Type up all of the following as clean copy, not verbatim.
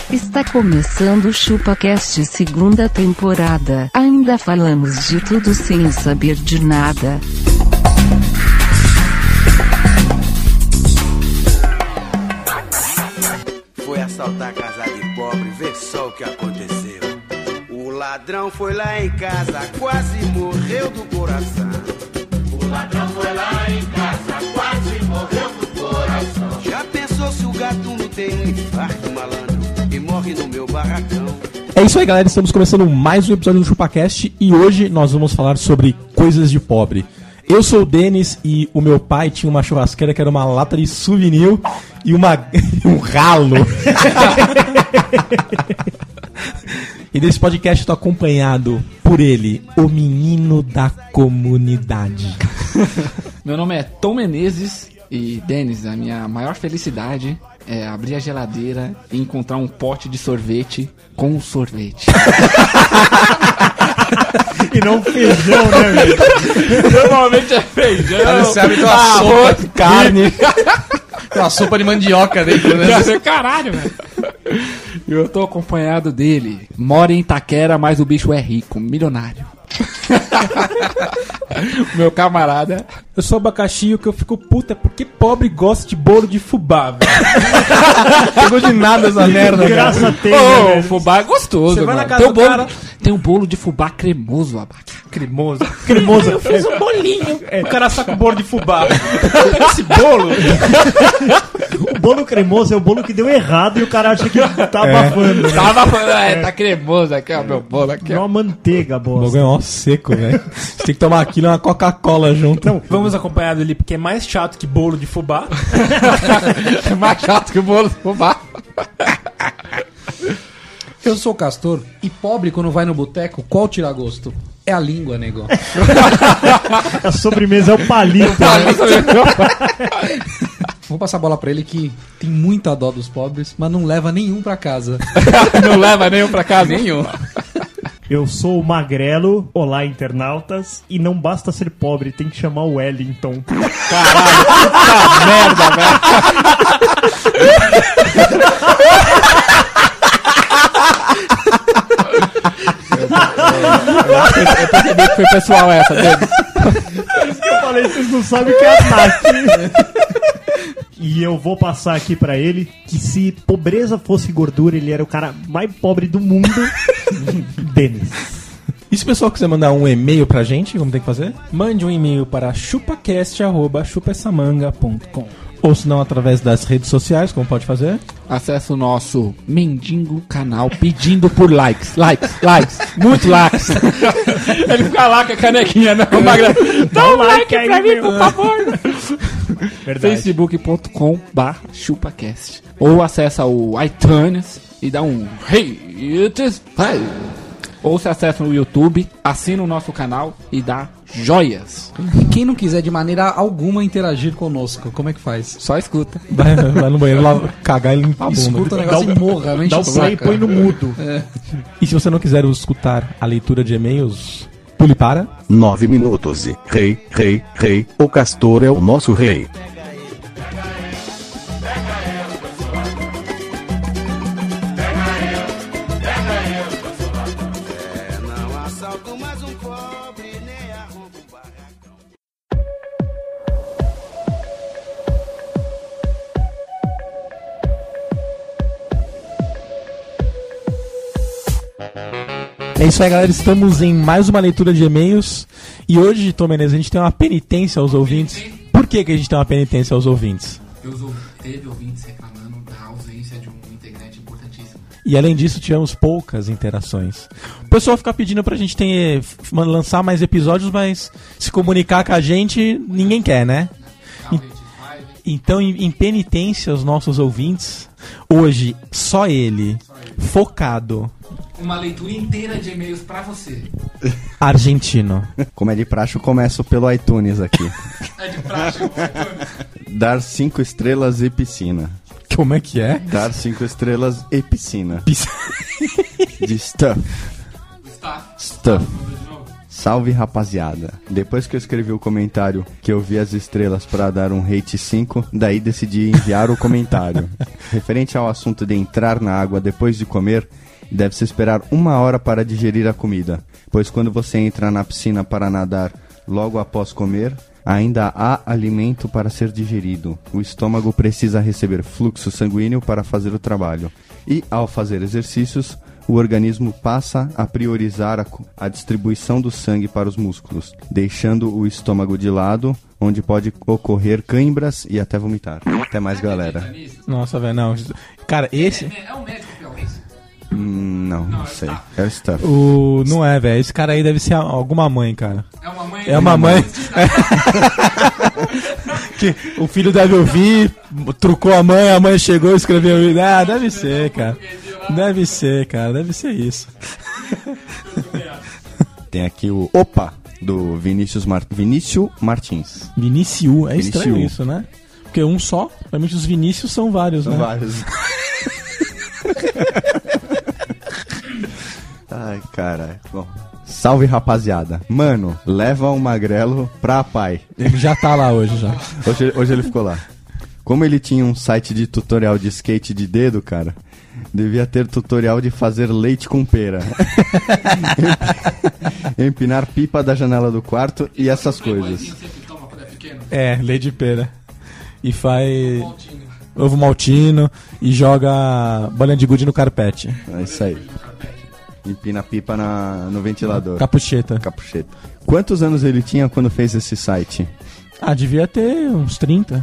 Está começando o ChupaCast segunda temporada. Ainda falamos de tudo sem saber de nada. Foi assaltar a casa de pobre, vê só o que aconteceu. O ladrão foi lá em casa, quase morreu do coração. O ladrão foi lá em casa, quase morreu do coração. Já pensou se o gatuno tem um infarto, malandro, e morre no meu barracão? É isso aí, galera, estamos começando mais um episódio do ChupaCast e hoje nós vamos falar sobre coisas de pobre. Eu sou o Denis e o meu pai tinha uma churrasqueira que era uma lata de souvenir e um ralo. E nesse podcast eu tô acompanhado por ele, o menino da comunidade. Meu nome é Tom Menezes e, Denis, a minha maior felicidade é abrir a geladeira e encontrar um pote de sorvete com sorvete. E não feijão, né, velho? Normalmente é feijão. Você abre uma sopa de carne. Tem uma sopa de mandioca dentro, né? Caralho, velho. E eu tô acompanhado dele. Mora em Itaquera, mas o bicho é rico, milionário. Meu camarada. Eu sou abacaxi e o que eu fico puta é porque pobre gosta de bolo de fubá, velho. Pegou de nada essa merda, Graça cara. tem, né, velho? Fubá é gostoso, Você vai mano. na casa do cara... Tem um bolo de fubá cremoso, abaca. Cremoso. Eu fiz um bolinho. O cara saca o bolo de fubá. Pega esse bolo. O bolo cremoso é o bolo que deu errado e o cara acha que tá abafando. Né? Tá cremoso aqui, ó, meu bolo aqui, É ó. uma manteiga, O bosta. bagulho é mó seco, velho. Você tem que tomar aquilo e uma Coca-Cola junto. Não, vamos acompanhado ali porque é mais chato que bolo de fubá. É mais chato que o bolo de fubá. Eu sou o Castor e pobre quando vai no boteco, qual tira gosto? É a língua, nego. A sobremesa é o palito. Vou passar a bola pra ele que tem muita dó dos pobres, mas não leva nenhum pra casa. Não leva nenhum pra casa? Nenhum. Eu sou o Magrelo, olá internautas, e não basta ser pobre, tem que chamar o Wellington. Caralho, puta merda, velho. Eu percebi que foi pessoal essa dele. Por isso que eu falei, vocês não sabem o que é a Nath. E eu vou passar aqui pra ele que se pobreza fosse gordura, ele era o cara mais pobre do mundo. Denis. E se o pessoal quiser mandar um e-mail pra gente, como tem que fazer? Mande um e-mail para chupacast@chupessamanga.com. Ou se não, através das redes sociais, como pode fazer? Acesse o nosso mendigo canal pedindo por likes. Likes. Muito likes. Ele fica lá com a canequinha, né? Dá um like aí, pra mim, meu. por favor. Verdade. facebook.com/chupacast. Ou acessa o iTunes e dá um Hey, it is fine. Ou se acessa no YouTube, assina o nosso canal e dá joias. E quem não quiser de maneira alguma interagir conosco, como é que faz? Só escuta. Vai no banheiro lá cagar e limpar a bunda. Escuta o negócio e morra, não enche Dá o o play e saco. põe no mudo. E se você não quiser escutar a leitura de e-mails, pule para... 9 minutos e rei, o Castor é o nosso rei. Não assalto mais um pobre, nem arrombo um barracão. É isso aí, galera. Estamos em mais uma leitura de e-mails. E hoje, Tom Menezes, a gente tem uma penitência aos ouvintes. Por que a gente tem uma penitência aos ouvintes? Teve ouvintes reclamando da ausência de um integrante importantíssimo. E além disso, tivemos poucas interações. O pessoal fica pedindo pra gente lançar mais episódios, mas se comunicar com a gente, ninguém quer, né? Então, em penitência aos nossos ouvintes, hoje, só ele, focado, Uma leitura inteira de e-mails pra você. argentino. Como é de praxe, eu começo pelo iTunes aqui. É de praxe. Dar 5 estrelas e piscina. Como é que é? Dar 5 estrelas e piscina. De stuff. Está. Stuff. Salve, rapaziada. Depois que eu escrevi o comentário que eu vi as estrelas pra dar um rate 5, daí decidi enviar o comentário. Referente ao assunto de entrar na água depois de comer, deve-se esperar 1 hora para digerir a comida, pois quando você entra na piscina para nadar logo após comer, ainda há alimento para ser digerido. O estômago precisa receber fluxo sanguíneo para fazer o trabalho. E, ao fazer exercícios, o organismo passa a priorizar a distribuição do sangue para os músculos, deixando o estômago de lado, onde pode ocorrer cãibras e até vomitar. Até mais, galera. Nossa, velho, não. Cara, esse... É um médico piauiense. Não sei. É o Stuff. Não é, velho. Esse cara aí deve ser alguma mãe, cara. É uma mãe. É uma mãe. Que o filho deve ouvir, trucou a mãe chegou e escreveu. Ah, deve ser, cara. Deve ser, cara. Deve ser isso. Tem aqui o Opa, do Vinícius Martins. Vinícius. É estranho Vinícius. isso, né? Porque um só. Realmente os Vinícius são vários, São né? vários. Ai, caralho. Bom. Salve, rapaziada. Mano, leva um magrelo pra pai. Ele já tá lá hoje, já. Hoje ele ficou lá. Como ele tinha um site de tutorial de skate de dedo, cara, devia ter tutorial de fazer leite com pera. Empinar pipa da janela do quarto e essas coisas. É, leite de pera. E faz ovo maltino e joga bolinha de gude no carpete. É isso aí. Empina a pipa no ventilador. Capucheta. Capucheta. Quantos anos ele tinha quando fez esse site? Ah, devia ter uns 30.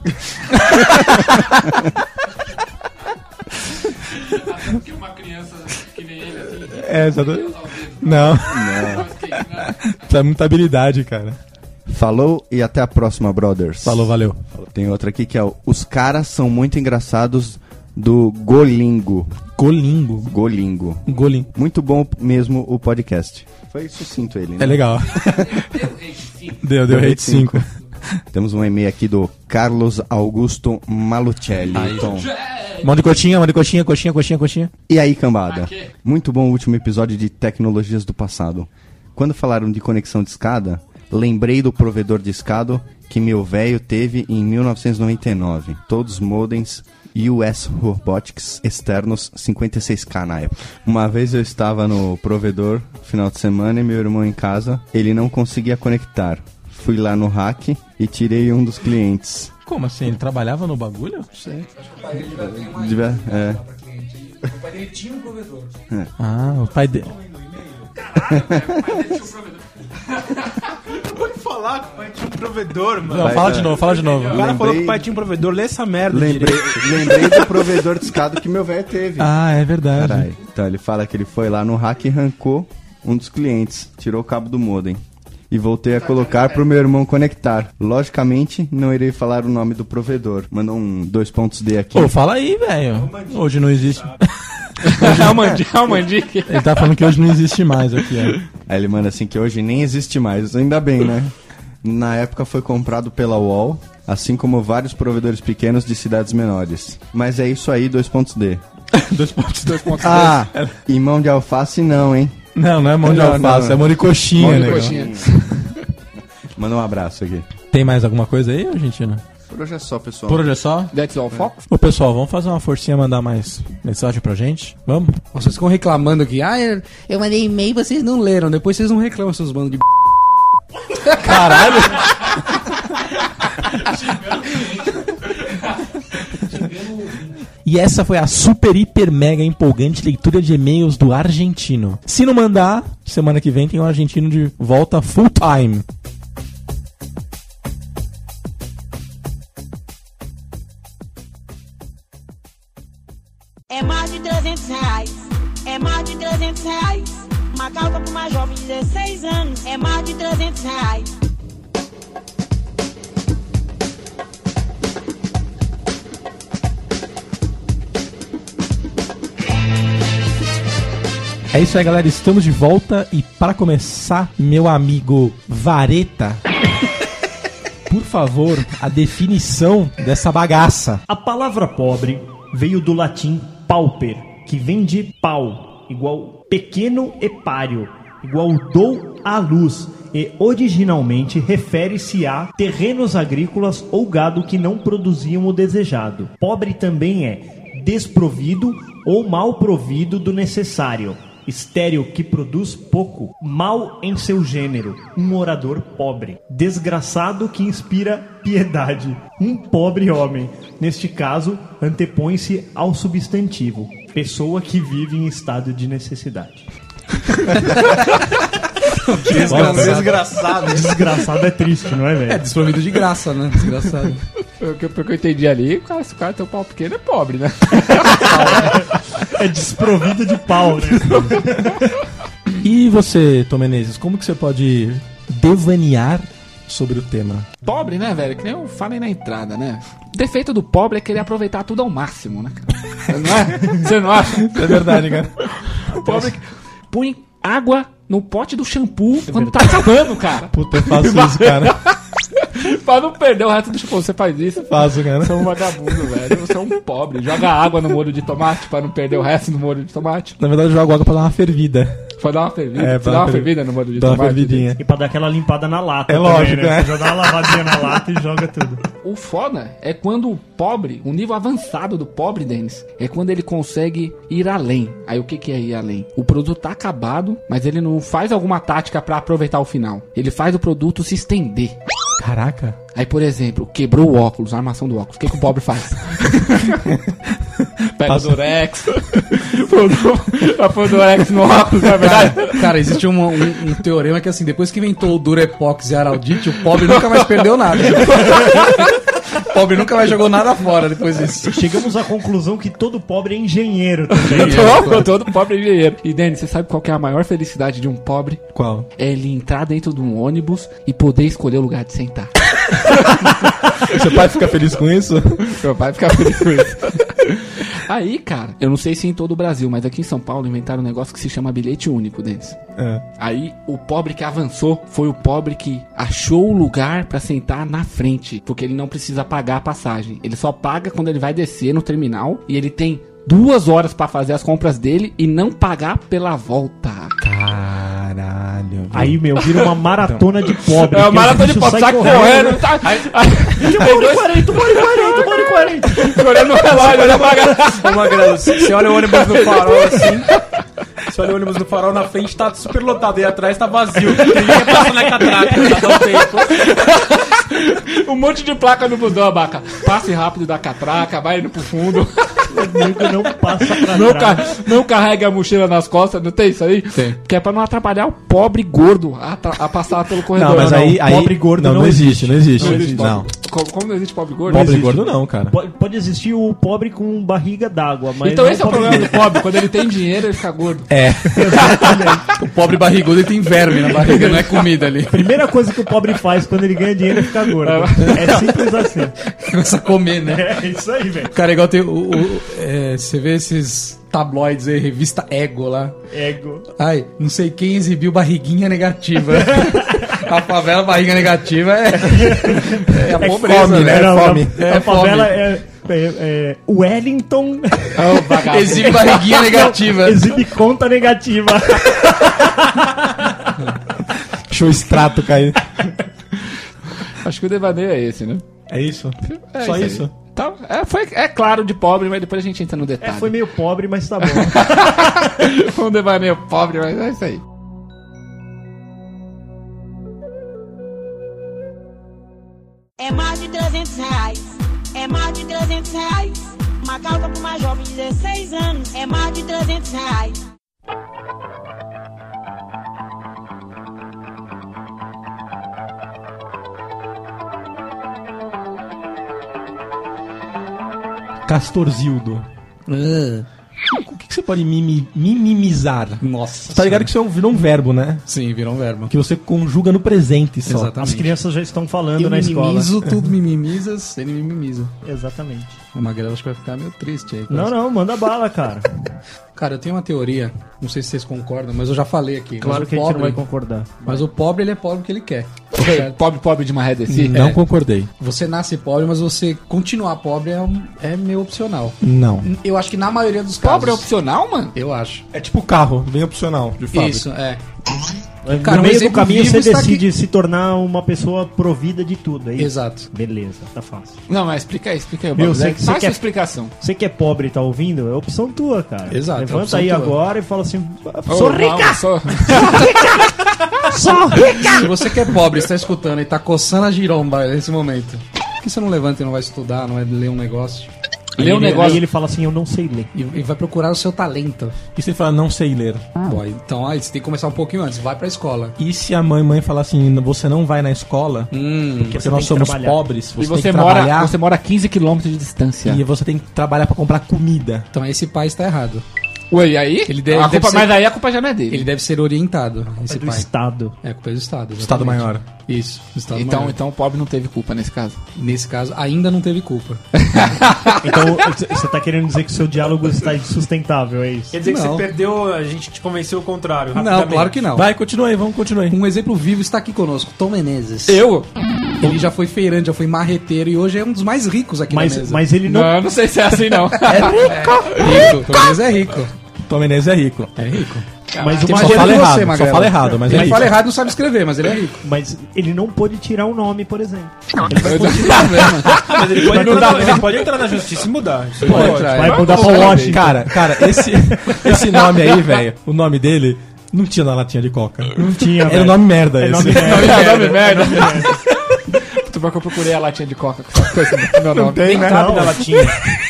Até porque uma criança que nem ele, assim... É, exatamente. Não. Tá muita habilidade, cara. Falou e até a próxima, brothers. Falou, valeu. Tem outra aqui que é o Os caras são muito engraçados do Golingo. Golingo. Golingo. Golingo. Muito bom mesmo o podcast. Foi sucinto ele, né? É legal. Deu hate 5. Temos um e-mail aqui do Carlos Augusto Malucelli. Tom. Mão de coxinha. E aí, cambada? Muito bom o último episódio de Tecnologias do Passado. Quando falaram de conexão de escada, lembrei do provedor de escada que meu velho teve em 1999. Todos modems US Robotics externos 56K na época. Uma vez eu estava no provedor, final de semana, e meu irmão em casa, ele não conseguia conectar. Fui lá no hack e tirei um dos clientes. Como assim? Ele trabalhava no bagulho? Sei. O pai dele O pai dele tinha um provedor. Ah, o pai dele. Pode falar que o pai tinha um provedor, mano. Não, fala de novo. O cara falou que o pai tinha um provedor, lê essa merda. Lembrei do provedor de escada que meu velho teve. Ah, é verdade. Carai. Então ele fala que ele foi lá no hack e arrancou um dos clientes, tirou o cabo do modem. E voltei a colocar pro meu irmão conectar. Logicamente, não irei falar o nome do provedor. Mandou um 2.d aqui. Ô, fala aí, velho. Hoje não existe. É o Mandique. Ele tá falando que hoje não existe mais aqui, ó. Aí ele manda assim que hoje nem existe mais. Ainda bem, né? Na época foi comprado pela UOL, assim como vários provedores pequenos de cidades menores. Mas é isso aí, 2.d. 2.d. Ah, e mão de alface não, hein? Não é mão de alface, é mão de coxinha, né? Manda um abraço aqui. Tem mais alguma coisa aí, Argentina? Por hoje é só, pessoal. Por hoje é só? That's all, Fox. Ô, pessoal, vamos fazer uma forcinha, mandar mais mensagem pra gente? Vamos? Vocês ficam reclamando aqui. Ah, eu mandei e-mail e vocês não leram. Depois vocês não reclamam, seus bandos de Caralho! E essa foi a super, hiper, mega empolgante leitura de e-mails do argentino. Se não mandar, semana que vem tem um argentino de volta full time. É mais de R$300. É mais de R$300. Uma calça pra uma jovem de 16 anos. É mais de R$300. É isso aí, galera. Estamos de volta. E para começar, meu amigo Vareta, por favor, a definição dessa bagaça. A palavra pobre veio do latim pauper, que vem de pau, igual pequeno e páreo, igual dou à luz e originalmente refere-se a terrenos agrícolas ou gado que não produziam o desejado. Pobre também é desprovido ou mal provido do necessário. Estéril que produz pouco, mal em seu gênero, um orador pobre. Desgraçado que inspira piedade, um pobre homem. Neste caso, antepõe-se ao substantivo, pessoa que vive em estado de necessidade. Desgraçado. Desgraçado é triste, não é, velho? É desprovido de graça, né? Desgraçado. Pelo que eu entendi ali, se o cara tem um pau pequeno é pobre, né? É desprovido de pau, né? E você, Tom Menezes, como que você pode devanear sobre o tema? Pobre, né, velho? Que nem eu falei na entrada, né? O defeito do pobre é querer aproveitar tudo ao máximo, né, cara? Não é? Você não acha? É verdade, cara. O pobre põe água no pote do shampoo quando tá acabando, cara. Puta, eu faço isso, cara. Pra não perder o resto do shampoo, você faz isso? Faço, cara. Você é um vagabundo, velho. Você é um pobre. Joga água no molho de tomate pra não perder o resto do molho de tomate. Na verdade, eu jogo água pra dar uma fervida. Pra dar uma fervida? É, pra dar uma fervida no molho de dá tomate? uma fervidinha. E pra dar aquela limpada na lata. É também, lógico, né? né? Você joga uma lavadinha na lata e joga tudo. O foda é quando o pobre, o nível avançado do pobre, Denis, é quando ele consegue ir além. Aí o que é ir além? O produto tá acabado, mas ele não faz alguma tática pra aproveitar o final. Ele faz o produto se estender. Caraca. Aí, por exemplo, quebrou o óculos, a armação do óculos. O que o pobre faz? Pega o Durex. Põe o Durex no óculos, não é verdade? Cara, existe um teorema que assim, depois que inventou o Durepox e a Araldite, o pobre nunca mais perdeu nada. O pobre nunca mais jogou nada fora depois disso. Chegamos à conclusão que todo pobre é engenheiro também. Todo pobre é engenheiro. E, Denis, você sabe qual que é a maior felicidade de um pobre? Qual? É ele entrar dentro de um ônibus e poder escolher o lugar de sentar. Seu pai fica feliz com isso? Meu pai fica feliz com isso. Aí, cara, eu não sei se em todo o Brasil, mas aqui em São Paulo inventaram um negócio que se chama bilhete único, Denis. É. Aí, o pobre que avançou foi o pobre que achou o lugar pra sentar na frente, porque ele não precisa pagar a passagem. Ele só paga quando ele vai descer no terminal e ele tem 2 horas pra fazer as compras dele e não pagar pela volta. Caralho. Aí, meu, vira uma maratona de pobre. É uma maratona de pobre, sai correndo. Tá... Uma hora e 40. Olhando no relógio, olha pagar. Ô, Magrelo, você olha o ônibus no farol assim. Você olha o ônibus no farol, na frente tá super lotado e atrás tá vazio. Ninguém passa na catraca, tá dando tempo. Um monte de placa no busão, Abaca. Passe rápido da catraca, vai indo pro fundo. Não passa pra trás. Não carrega a mochila nas costas, não tem isso aí? Tem. Que é pra não atrapalhar o pobre gordo a passar pelo corredor. Não, mas aí... pobre gordo não existe. Não existe. Não. Como não existe pobre gordo? Pobre gordo não, cara. Pode existir o pobre com barriga d'água, mas Então não esse é o problema do pobre. Quando ele tem dinheiro, ele fica gordo. É. O pobre barrigudo ele tem verme na barriga, não é comida ali. Primeira coisa que o pobre faz quando ele ganha dinheiro é ficar gordo. É simples assim. Começa a comer, né? É isso aí, velho. Cara, igual tem você vê esses tabloides aí, revista Ego lá. Ego. Ai, não sei quem exibiu barriguinha negativa. A favela barriga negativa é a pobreza, fome, né? Não, Fome. A favela é Wellington. Exibe barriguinha negativa. Exibe conta negativa. Show extrato cair. Acho que o devaneio é esse, né? É isso? É Só isso aí. isso? Então, é claro de pobre, mas depois a gente entra no detalhe. Foi meio pobre, mas tá bom. Foi um devaneio pobre, mas é isso aí. É mais de 300 reais. É mais de 300 reais. Uma calça pra uma jovem de 16 anos. É mais de 300 reais. Castorzildo. O que você pode mimimizar? Nossa. Você tá ligado que isso virou um verbo, né? Sim, virou um verbo. Que você conjuga no presente só. Exatamente. As crianças já estão falando Eu na escola. mimimizo, tudo mimimizas, ele mimimiza. Exatamente. O Magrelo acho que vai ficar meio triste aí. Não, manda bala, cara. Cara, eu tenho uma teoria, não sei se vocês concordam, mas eu já falei aqui. Claro mas que a gente não vai concordar. Mas o pobre, ele é pobre porque ele quer. Pobre de maré desse? Não concordei. Você nasce pobre, mas você continuar pobre é meio opcional. Não. Eu acho que na maioria dos casos... Pobre é opcional, mano? Eu acho. É tipo carro, bem opcional, de fábrica. Isso, é. Cara, no um meio do exemplo caminho vivo você está decide se tornar uma pessoa provida de tudo, é isso? Exato. Beleza, tá fácil. Não, mas explica aí, Meu, Bob. você Faz sua quer- explicação. Você que é pobre e tá ouvindo, é opção tua, cara. Exato, é Levanta opção aí tua. agora e fala assim: Ô, sou não, rica! sou- Sou rica! Se você que é pobre, está escutando e tá coçando a giromba nesse momento, por que você não levanta e não vai estudar, não vai ler um negócio? Lê um negócio. Aí ele fala assim: eu não sei ler. E vai procurar o seu talento. E se ele fala, não sei ler? Bom, então aí você tem que começar um pouquinho antes, vai pra escola. E se a mãe falar assim, você não vai na escola, porque você nós tem que somos trabalhar. pobres, E você tem você que mora, trabalhar você mora a 15 km de distância. e você tem que trabalhar pra comprar comida. Então esse pai está errado. Ué, e aí? Ele deve- A deve culpa, ser- mas aí a culpa já não é dele. Ele deve ser orientado, esse É do pai. Estado. É culpa do Estado. exatamente. Estado maior. Isso, do Estado Então, maior. então o pobre não teve culpa nesse caso. Nesse caso, ainda não teve culpa. Então você tá querendo dizer que o seu diálogo está insustentável, é isso? Quer dizer que Não. você perdeu, a gente te convenceu o contrário. Não, rapidamente. claro que não. Vai, continua aí, vamos continuar aí. Um exemplo vivo está aqui conosco, Tom Menezes. Eu? Ele já foi feirante, já foi marreteiro e hoje é um dos mais ricos aqui na mesa. Mas ele não. Não, eu não sei se é assim, não. Rico, Tom Menezes é rico. Mas Tom Menezes é rico. É rico. Mas, Tem uma- Só mais fala dinheiro que errado, você, só Magrelo. fala errado, mas é Ele rico. fala errado e não sabe escrever, mas ele é rico. mas ele não pode tirar o nome, por exemplo. Mas ele pode entrar na justiça e mudar. Isso Pode pode. entrar. Vai mudar pra Washington. Cara, esse nome aí, velho, o nome dele não tinha na latinha de coca. Não tinha, Era velho. o nome merda É esse. nome merda. Nome merda. Tu vai que eu procurei a latinha de coca com essa coisa no meu nome. Tem, né? Cabe na latinha.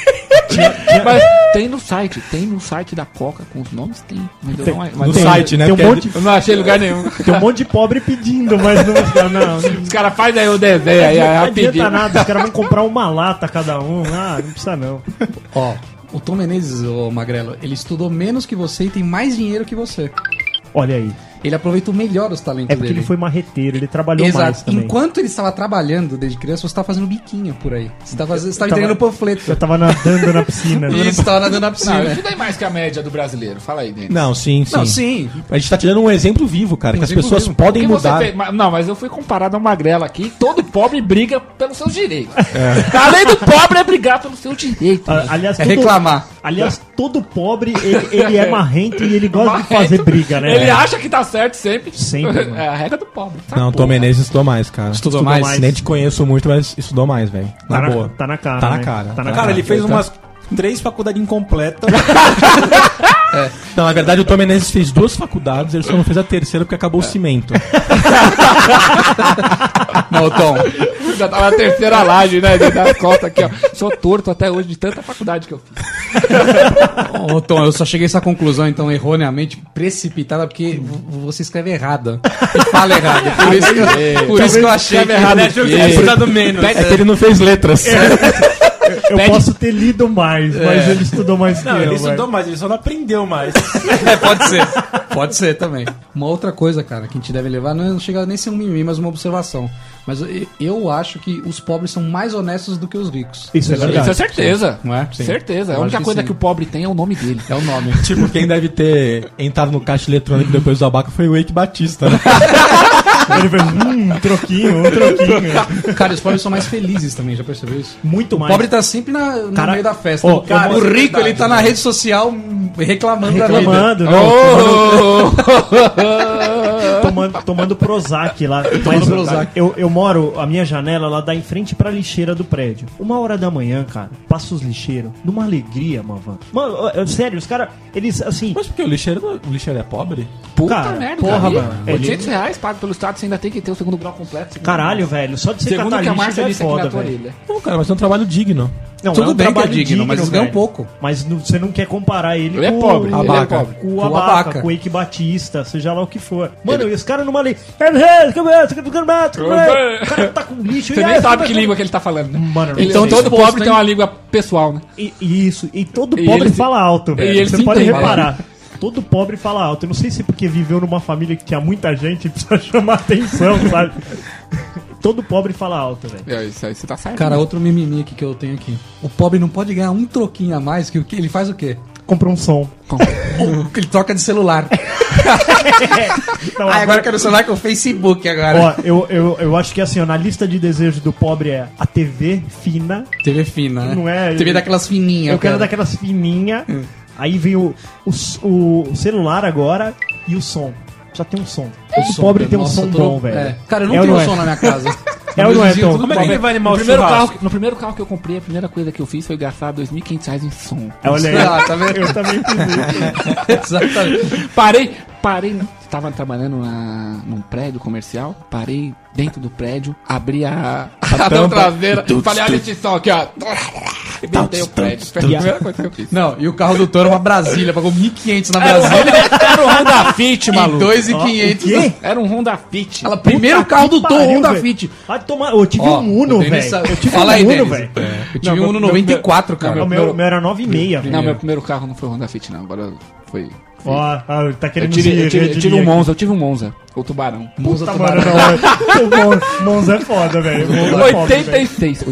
Mas tem no site da Coca com os nomes? Tem. Mas eu não, mas No Tem- site, né? tem um Porque monte- eu não achei lugar nenhum. Tem um monte de pobre pedindo, mas não Os caras fazem aí o desenho aí, não rapidinho. adianta nada. Os caras vão comprar uma lata cada um. Ah, não precisa não. Ó, o Tom Menezes, ô Magrelo, ele estudou menos que você e tem mais dinheiro que você. Olha aí. Ele aproveitou melhor os talentos É porque dele. ele foi marreteiro, ele trabalhou mais Exato. também. Enquanto ele estava trabalhando desde criança, você estava fazendo biquinho por aí. Você estava tava- entregando panfleto. Eu tava nadando na piscina. Isso, estava nadando na Não, piscina. eu estudei mais que a média do brasileiro. Fala aí, Denis. Não, sim. Não, sim. A gente tá tirando um exemplo vivo, cara, Um que as exemplo pessoas vivo. podem O que você mudar. fez? Não, mas eu fui comparado ao Magrelo aqui. Todo pobre briga pelos seus direitos. Além do pobre é brigar pelos seus direitos. Aliás, É reclamar. Aliás, todo pobre, ele é marrento e ele gosta de fazer briga, né? Ele acha que tá certo sempre. Sempre, mano. É a regra do pobre. Tá Não, Tom Menezes estudou mais, cara. Estudou mais? Nem te conheço muito, mas estudou mais, velho. Na boa. Tá na cara. Tá na né? cara. Tá na Cara, cara. ele fez umas 3 faculdades incompletas. Não, na verdade, o Tom Menezes fez 2 faculdades, ele só não fez a terceira porque acabou o cimento. Não, Tom. Já tava na terceira laje, né? Das costas aqui, ó. Sou torto até hoje de tanta faculdade que eu fiz. Ô, Tom, eu só cheguei a essa conclusão, então, erroneamente, precipitada, porque você escreve errado. E fala errado. Por isso que eu achei que errado. Ele achou que tinha estudado menos. É que ele não fez letras. Eu posso ter lido mais, mas ele estudou mais que Não, eu. ele vai. estudou mais, ele só não aprendeu mais. Pode ser. Pode ser também. Uma outra coisa, cara, que a gente deve levar, não chega nem a ser um mimimi, mas uma observação. Mas eu acho que os pobres são mais honestos do que os ricos. Isso é verdade. Isso é certeza. Não é? Certeza. Eu A única acho que coisa sim. que o pobre tem é o nome dele. É o nome. Tipo, quem deve ter entrado no caixa eletrônico depois do Abaca foi o Eike Batista, né? Ele fez um troquinho. Cara, os pobres são mais felizes também, já percebeu isso? Muito O mais. pobre tá sempre no Cara, meio da festa. ó, O rico, ele tá na rede social reclamando da vida. reclamando, não, tomando Prozac lá. Mas Prozac. eu moro, a minha janela lá dá em frente pra lixeira do prédio. 1h da manhã, cara, passa os lixeiros, numa alegria, mano. Mano, sério, os caras, eles assim. Mas porque o lixeiro é pobre? Puta Cara, merda, porra, cara. mano. R$800 pago pelo Estado, você ainda tem que ter o segundo grau completo. Caralho, velho, só de ser Segundo que a catalista Márcia já é disse aqui foda, na tua velho. orelha. Não, cara, mas é um trabalho digno. Não, Tudo é um bem que é trabalho digno, mas eles ganham velho. pouco. Mas você não quer comparar ele Ele é com pobre, o ele é pobre. com o Com o Abaca, Abaca. com o Eike Batista, seja lá o que for. Mano, e os caras numa lei. O cara tá com lixo. Você nem sabe que língua que ele tá falando. Né? Mano, Então não sei. todo pobre tem uma língua pessoal, né? Isso, e todo E pobre ele se- fala alto, e velho. ele Você se pode entende. reparar. Todo pobre fala alto. Eu não sei se é porque viveu numa família que tinha muita gente e precisa chamar atenção, sabe? Todo pobre fala alto, velho. Isso aí você tá certo. Cara, outro mimimi aqui que eu tenho aqui. O pobre não pode ganhar um troquinho a mais, que ele faz o quê? Compra um som. Ele troca de celular. Não, Agora eu quero celular com o Facebook agora. Ó, eu acho que assim, ó, na lista de desejos do pobre é a TV fina. TV fina, né? Não é- TV daquelas fininhas. Eu quero daquelas fininhas. Aí vem o celular agora e o som. precisa ter um som. Todo pobre tem um som bom, velho. É. Cara, eu não tenho som na minha casa. É ou não é, vizinho, Tom? tudo Como é que pobre. ele vai animar o primeiro churrasco? no primeiro carro que eu comprei, a primeira coisa que eu fiz foi gastar R$2.500 em som. Olha aí. Ah, tá vendo? Eu também fiz isso. Exatamente. Parei, tava trabalhando num prédio comercial, parei dentro do prédio, abri a tampa traseira, falei, olha esse som aqui, ó. Inventei o prédio. Foi a primeira coisa que eu fiz. Não, e o carro do Toro, uma Brasília, pagou 1.500 na Brasília Era um Honda Fit, e maluco. 2.500. Era um Honda Fit. Ela, primeiro Puta carro que do Toro, pariu, Honda velho. Fit. Vai tomar. Eu tive Ó, um Uno, o Denis velho. sabe- Eu tive Fala aí, um Uno, Denis. velho. Eu tive um Uno 94, cara. O meu era 9,6, velho. Não, meu primeiro carro não foi Honda Fit, não. Agora foi... Ó, tá Eu querendo tive um Monza, o Tubarão. Monza Tá, Tubarão. mano, não. O Monza é foda, velho. O Monza é foda, velho. 86.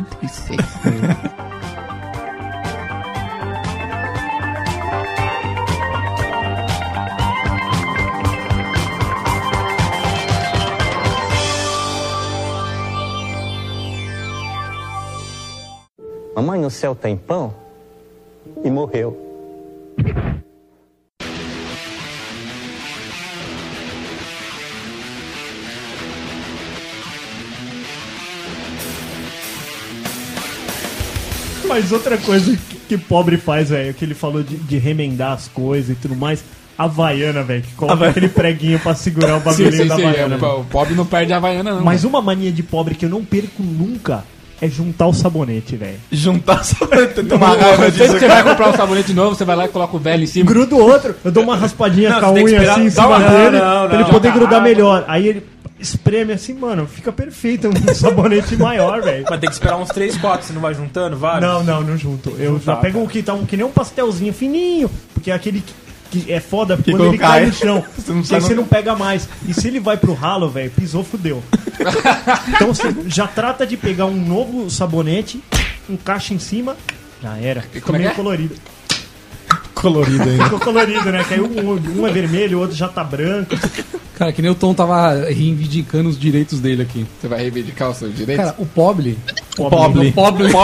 Mamãe no céu tem pão? E morreu. Mas outra coisa que pobre faz, velho, que ele falou de remendar as coisas e tudo mais. A Havaiana, velho, que coloca aquele preguinho pra segurar o bagulhinho da Havaiana. velho. O pobre não perde a Havaiana, não. Mas uma mania de pobre que eu não perco nunca é juntar o sabonete, velho. Juntar sabonete. Sempre que você vai comprar um sabonete novo, você vai lá e coloca o velho em cima. Gruda o outro, eu dou uma raspadinha Não, com a você tem que unha esperar- assim em dá cima uma- dele, não, pra ele não. poder grudar melhor. Aí ele espreme assim, mano, fica perfeito, um sabonete maior, velho. Mas tem que esperar uns 3, 4, você não vai juntando vários? Não junto. Eu já Juntar, pego um que nem um pastelzinho fininho, porque é aquele que é foda Que quando ele quando cai cai, no chão. você não Aí sabe você onde- não pega mais. E se ele vai pro ralo, velho, pisou, fudeu. Então você já trata de pegar um novo sabonete, encaixa em cima, já era. Ficou como é meio que é? colorido. Colorido ainda. Ficou colorido, né? Que aí um é vermelho, o outro já tá branco. Cara, que nem o Tom tava reivindicando os direitos dele aqui. Você vai reivindicar o seu direito? Cara, o pobre... Pobre.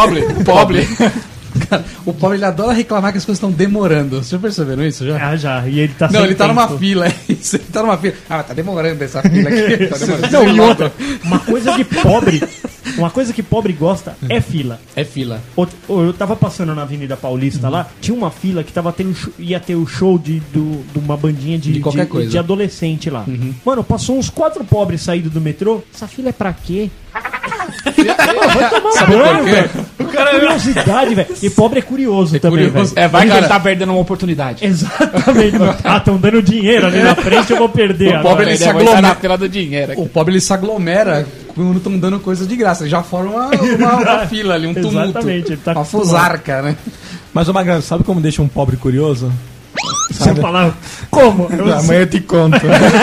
Cara, o pobre, ele adora reclamar que as coisas estão demorando. Vocês já perceberam isso? Já? Já. E ele tá Não, sem ele tá tempo. numa fila, é isso. Ele tá numa fila. Ah, tá demorando essa fila aqui. Tá demorando. Não, e outra, uma coisa que pobre gosta é fila. É fila. Eu tava passando na Avenida Paulista lá, tinha uma fila que tava tendo ia ter o show de uma bandinha De qualquer coisa. de adolescente lá. Mano, passou uns 4 pobres saídos do metrô. Essa fila é pra quê? Vai tomar banho, velho. O cara é curiosidade, velho. E pobre é curioso também, curioso. velho. Vai que Cara, ele tá perdendo uma oportunidade. Exatamente. Estão dando dinheiro ali na frente, eu vou perder O agora. pobre, ele se Vai estar aglomera. na fila do dinheiro aqui. O pobre, ele se aglomera quando estão dando coisas de graça. Ele já forma uma fila ali, um tumulto. Exatamente, ele tá uma acostumado. fusarca, né? Mas, ô Magrão, sabe como deixa um pobre curioso? Você falar como? Eu Amanhã eu te conto.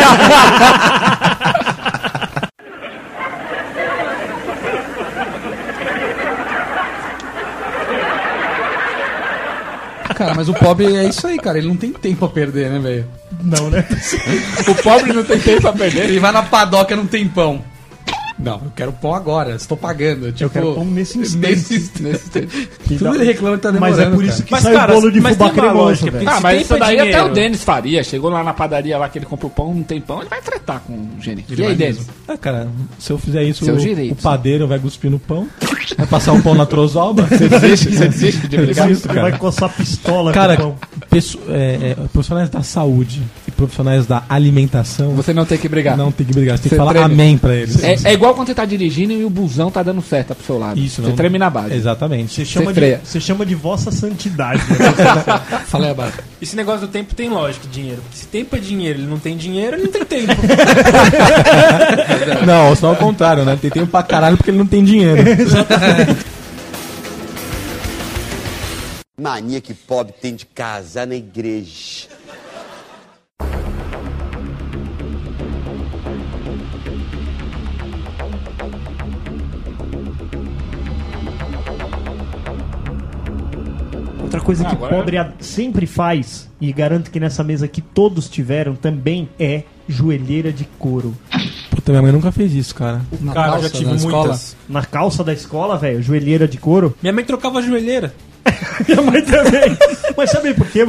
Cara, mas o pobre é isso aí, cara. Ele não tem tempo a perder, né, velho? Não, né? O pobre não tem tempo pra perder. Ele vai na padoca, não tem pão. Não, eu quero pão agora, estou pagando. Tipo, Eu quero pão nesse instante. Tudo ele reclama que tá demorando. Mas é por isso que Mas, sai cara, o bolo de mas fubá tem uma cremoso, lógica, velho. porque Ah, se mas tempo isso é daí até dinheiro- o Denis faria. Chegou lá na padaria lá que ele compra o pão, não tem pão, ele vai tretar com o Gene. E aí, Denis? Ah, cara, se eu fizer isso, Seus o direitos. padeiro vai cuspir no pão, vai passar um pão na trozoba. Você desiste de brigar? Isso, Ele cara. vai coçar pistola Cara, com o pão. profissionais da saúde e profissionais da alimentação Você não tem que brigar. não tem que brigar, você tem Você que falar treme. amém pra eles. É igual quando você tá dirigindo e o busão tá dando certo pro seu lado. Isso, Você não- treme na base. Exatamente. freia. Você chama de vossa santidade. Fala aí, Abara. Esse negócio do tempo tem lógica, dinheiro. Porque se tempo é dinheiro, ele não tem dinheiro, ele não tem tempo. Não, só ao contrário, né? Tem tempo pra caralho porque ele não tem dinheiro. Mania que pobre tem de casar na igreja. Outra coisa que Agora- pobre sempre faz, e garanto que nessa mesa que todos tiveram também, é joelheira de couro. Puta, minha mãe nunca fez isso, cara. Na Cara, eu calça, já tive na escola. muitas. Na calça da escola, velho, joelheira de couro. Minha mãe trocava a joelheira. Minha mãe também. Mas sabe por quê, mano?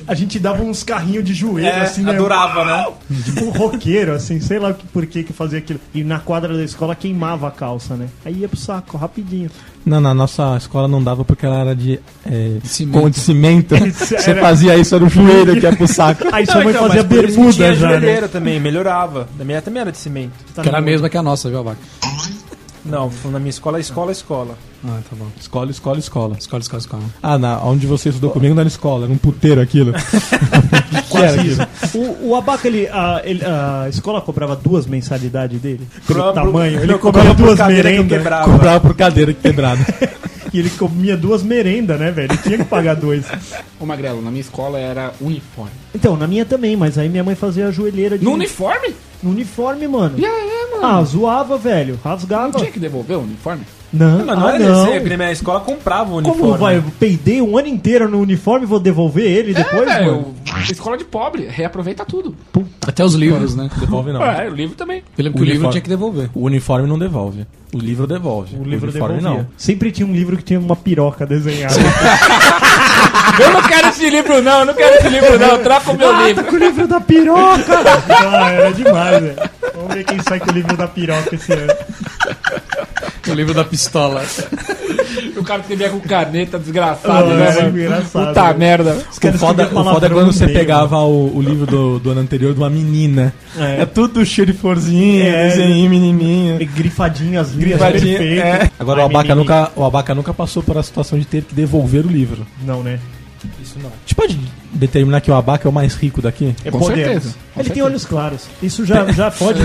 A gente dava uns carrinhos de joelho, assim, né? Adorava, né? Tipo um roqueiro, assim, sei lá por que fazia aquilo. E na quadra da escola queimava a calça, né? Aí ia pro saco, rapidinho. Não, na nossa escola não dava porque ela era de cimento. Você fazia isso, era o joelho que ia pro saco. Aí sua mãe então, fazia mas por isso que bermuda tinha já, joelheira né? também, melhorava. Da minha também era de cimento. Que era a mesma que a nossa, viu, Abaca? Não, na minha escola, escola. Ah, tá bom. Escola. Escola. Ah, onde você estudou comigo não era escola, era um puteiro aquilo. Que era aquilo? O Abaca, a escola cobrava 2 mensalidades dele? Pelo Cobrava tamanho, por- ele não, cobrava cobrava por 2 cadeira que eu merendas. quebrava. Comprava por cadeira quebrada. E ele comia 2 merendas, né, velho? Ele tinha que pagar 2. Ô, Magrelo, na minha escola era uniforme. Então, na minha também, mas aí minha mãe fazia a joelheira de... No uniforme? No uniforme, mano. E aí, mano? Ah, zoava, velho. Rasgava. Não tinha que devolver o uniforme? Não, Mas não era DC, porque na minha escola comprava o uniforme. Como vai? Eu peidei um ano inteiro no uniforme e vou devolver ele depois, mano? Escola de pobre, reaproveita tudo. Até os livros, né? Devolve não. É, o livro também. Eu lembro que o livro tinha que devolver. O uniforme não devolve. O livro devolve. O livro uniforme devolvia. não. Sempre tinha um livro que tinha uma piroca desenhada. Eu não quero esse livro não, troca o meu livro. Tá com o livro da piroca! Ah, era demais, velho. Vamos ver quem sai com o livro da piroca esse ano. O livro da pistola. O cara escrevia com caneta desgraçado, Ah, né, é mano? engraçado, Puta velho. merda. O foda é quando você pegava o livro do ano anterior de uma menina. É tudo cheio de florzinha, desenho, menininha. Grifadinho as linhas Grifadinha, perfeitas. Agora o Abaca nunca passou por a situação de ter que devolver o livro. Não, né? Isso não. A gente pode determinar que o Abaca é o mais rico daqui? É Com podemos. certeza. Ele tem olhos claros. Isso já pode.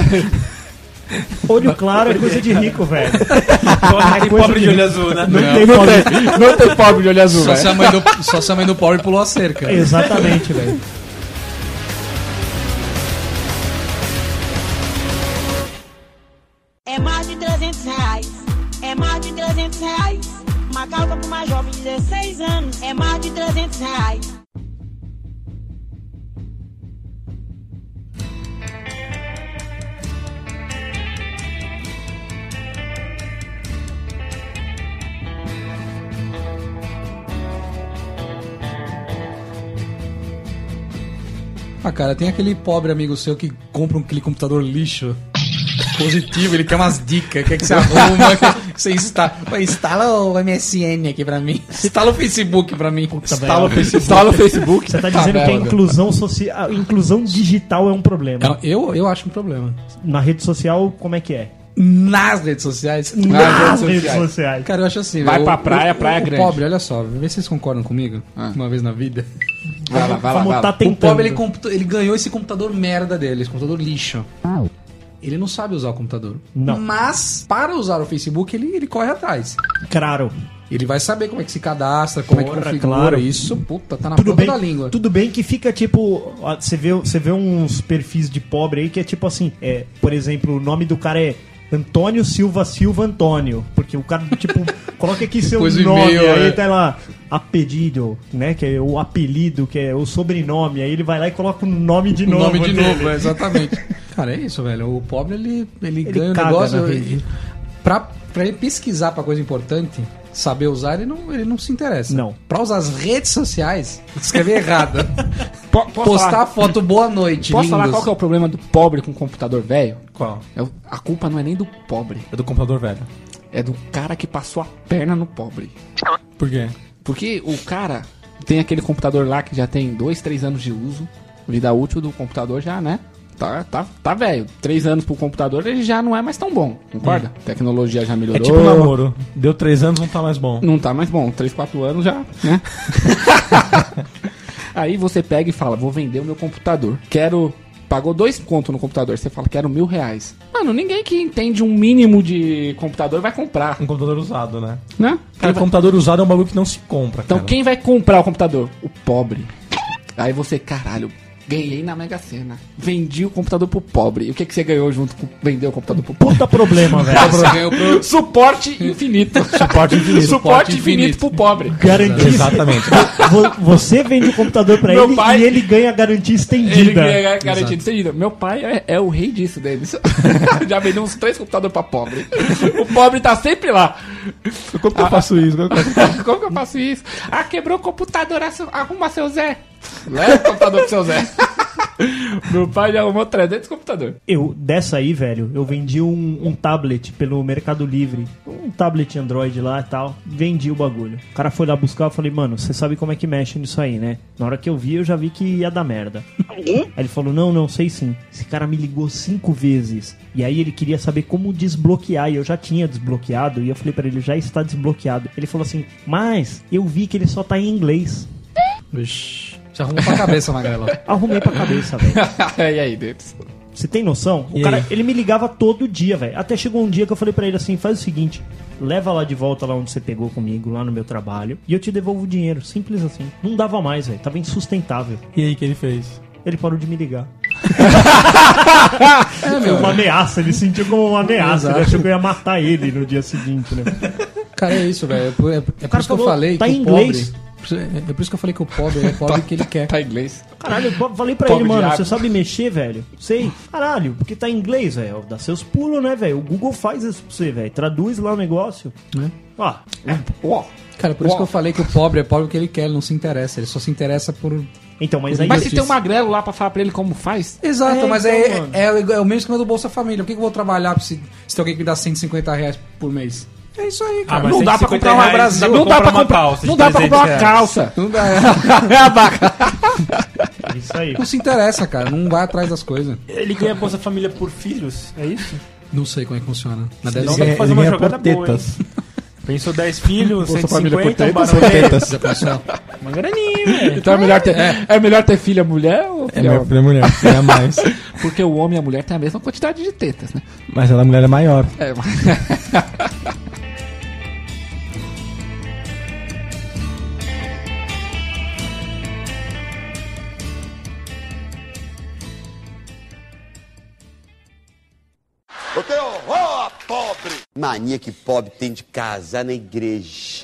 Olho claro é coisa de rico, velho. Só tem pobre de olho azul, né? Não tem pobre de olho azul, Só velho. se a mãe do pobre pulou a cerca. Exatamente, velho. É mais de 300 reais. É mais de 300 reais. Uma calça pra uma jovem de 16 anos. É mais de 300 reais. Ah, cara, tem aquele pobre amigo seu que compra aquele computador lixo positivo, ele quer umas dicas, quer que você arruma, quer que você instala. Instala o MSN aqui pra mim. Instala o Facebook pra mim. Instala o Facebook. Você tá dizendo que a inclusão social, a inclusão digital é um problema. Eu acho um problema. Na rede social, como é que é? Nas redes sociais. Nas redes sociais. Cara, eu acho assim. Vai velho, pra praia, praia o grande. pobre, olha só, vê se vocês concordam comigo. Uma vez na vida. Vai lá. Tá O tentando. pobre, ele ganhou esse computador merda dele, esse computador lixo. Ele não sabe usar o computador. Não. Mas, para usar o Facebook, ele corre atrás. Claro. Ele vai saber como é que se cadastra, como é que configura claro. isso. Puta, tá na Tudo ponta bem, da língua. tudo bem que fica tipo. Você vê uns perfis de pobre aí que é tipo assim. Por exemplo, o nome do cara é Antônio Silva Antônio. Porque o cara, tipo, coloca aqui seu Depois o nome, e-mail, aí tá lá, apelido, né? Que é o apelido, que é o sobrenome. Aí ele vai lá e coloca o nome de O novo. nome de dele. novo, exatamente. Cara, é isso, velho. O pobre, ele ganha um caga negócio. na rede. Pra ele pesquisar pra coisa importante, saber usar, ele não se interessa. Não. Pra usar as redes sociais, escrever errado. Posso Postar falar? foto boa noite. Posso falar lindos. qual que é o problema do pobre com computador velho? Qual? A culpa não é nem do pobre, É do computador velho. é do cara que passou a perna no pobre. Por quê? Porque o cara tem aquele computador lá que já tem 2, 3 anos de uso. Vida útil do computador já, né? Tá velho. 3 anos pro computador ele já não é mais tão bom, concorda? A tecnologia já melhorou. É tipo namoro. Deu 3 anos, não tá mais bom. Não tá mais bom. 3, 4 anos já, né? Aí você pega e fala, vou vender o meu computador. Pagou 2 conto no computador. Você fala, quero R$1.000. Mano, ninguém que entende um mínimo de computador vai comprar, Um computador usado, né? né? Cara, computador usado é um bagulho que não se compra, Então cara. quem vai comprar o computador? O pobre. Aí você, caralho, ganhei na Mega Sena. Vendi o computador pro pobre. E o que você ganhou junto com vender o computador pro pobre? Puta problema, velho. Você ganhou pro... Suporte infinito. Suporte infinito. Suporte infinito pro pobre. Garantia. Exatamente. Você vende o computador pra Meu ele pai- e ele ganha garantia estendida. Ele ganha garantia estendida. Meu pai é o rei disso deles. Já vendeu uns 3 computadores pra pobre. O pobre tá sempre lá. Como que eu faço isso? Como que eu faço isso? Ah, quebrou o computador, arruma seu Zé. Leva o computador pro seu Zé. Meu pai já arrumou 300 computadores. Dessa aí, velho, eu vendi um tablet pelo Mercado Livre. Um tablet Android lá e tal. Vendi o bagulho. O cara foi lá buscar, eu falei, mano, você sabe como é que mexe nisso aí, né? Na hora que eu vi, eu já vi que ia dar merda. Aí ele falou, não, sei sim. Esse cara me ligou 5 vezes. E aí ele queria saber como desbloquear. E eu já tinha desbloqueado. E eu falei pra ele, já está desbloqueado. Ele falou assim, mas eu vi que ele só tá em inglês. Vixe. Você arrumou pra cabeça, Magrelo. Arrumei pra cabeça, velho. E aí, Deus? Você tem noção? O cara, ele me ligava todo dia, velho. Até chegou um dia que eu falei pra ele assim, faz o seguinte, leva lá de volta lá onde você pegou comigo, lá no meu trabalho, e eu te devolvo o dinheiro. Simples assim. Não dava mais, velho. Tava insustentável. E aí, o que ele fez? Ele parou de me ligar. Foi uma ameaça, ele sentiu como uma ameaça. Exato. Ele achou que eu ia matar ele no dia seguinte, né? Cara, é isso, velho. É por isso que eu falou, falei tá que em o pobre... inglês. É por isso que eu falei que o pobre é pobre que ele quer. Tá em inglês. Caralho, eu falei pra Pobre ele, mano, diabo. você sabe mexer, velho? Sei. Caralho, porque tá em inglês, velho. Dá seus pulos, né, velho? O Google faz isso pra você, velho. Traduz lá o negócio. Né? Ó. Cara, por isso que eu falei que o pobre é pobre porque ele quer, ele não se interessa. Ele só se interessa por... Então, mas aí... Mas se tem um magrelo lá pra falar pra ele como faz? Exato, mas então, mano. é o mesmo esquema do Bolsa Família. Por que eu vou trabalhar se tem alguém que me dá R$150 por mês? É isso aí, cara. mas Não dá pra 150 comprar uma reais, Brasil. dá Não pra dá pra comprar uma comprar calça de Não dá pra comprar uma 300 reais. calça. Não dá. É a vaca. Isso aí. Não se interessa, cara. Não vai atrás das coisas. Ele ganha Bolsa Família por filhos, é isso? Não sei como é que funciona. Na Então deve dá ser. pra fazer uma ganha jogada por boa, hein? tetas. Pensou 10 filhos, Bolsa Família por 150, um tetas, barulho. Tetas. Já pensou? Uma graninha, velho. Então é melhor ter filha mulher ou É filha minha homem? filha mulher, ganha mais. Porque o homem e a mulher têm a mesma quantidade de tetas, né? Mas ela, a mulher é maior. É, Eu tenho horror a pobre! Mania que pobre tem de casar na igreja.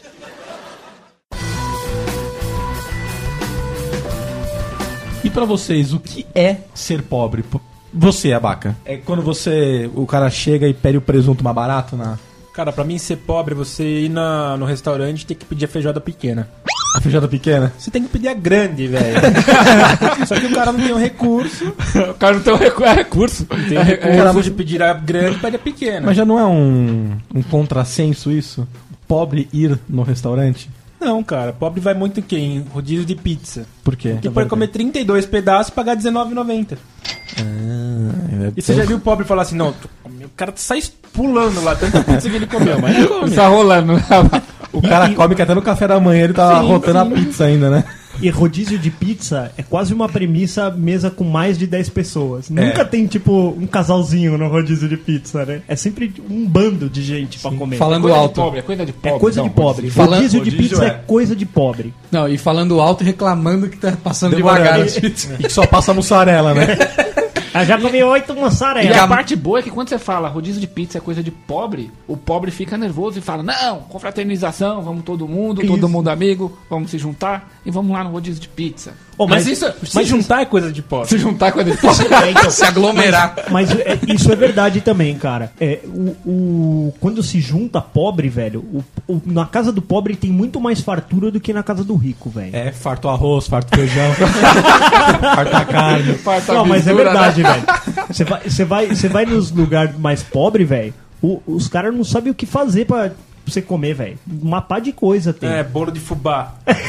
E pra vocês, o que é ser pobre? Você, Abaca. É quando o cara chega e pede o presunto mais barato na... Cara, pra mim ser pobre é você ir no restaurante e ter que pedir a feijoada pequena. A feijoada pequena? Você tem que pedir a grande, velho. Só que o cara não tem o recurso. o cara não tem recurso. Não tem o recurso de pedir a grande, pede a pequena. Mas já não é um contrassenso isso? Pobre ir no restaurante? Não, cara. Pobre vai muito em quê? Em rodízio de pizza. Por quê? Porque pode comer 32 pedaços e pagar R$19,90. E você já viu o pobre falar assim, não, o cara sai pulando lá, tanta pizza que ele comeu, mas não come. Tá rolando. O cara come que até no café da manhã ele tá rotando a pizza ainda, né? E rodízio de pizza é quase uma premissa mesa com mais de 10 pessoas. Nunca tem, tipo, um casalzinho no rodízio de pizza, né? É sempre um bando de gente pra comer. Falando alto. É coisa de pobre. É coisa de pobre. Falando- Rodízio de rodízio pizza é. é coisa de pobre. Não, e falando alto e reclamando que tá passando Demorando. devagar as pizzas. E que só passa mussarela, né? Eu já comi 8 E mussarela. a parte boa é que quando você fala rodízio de pizza é coisa de pobre, o pobre fica nervoso e fala, não, confraternização, vamos todo mundo amigo, vamos se juntar e vamos lá no rodízio de pizza. Oh, Mas se juntar é coisa de pobre. Se juntar com a de pobre. Então, Se aglomerar. Mas isso é verdade também, cara. Quando se junta pobre, velho, na casa do pobre tem muito mais fartura do que na casa do rico, velho. É, farto arroz, farto feijão, farta carne. Não, mas é mistura, verdade, velho. Você vai nos lugares mais pobres, velho, os caras não sabem o que fazer pra você comer, velho. Uma pá de coisa tem. É, bolo de fubá.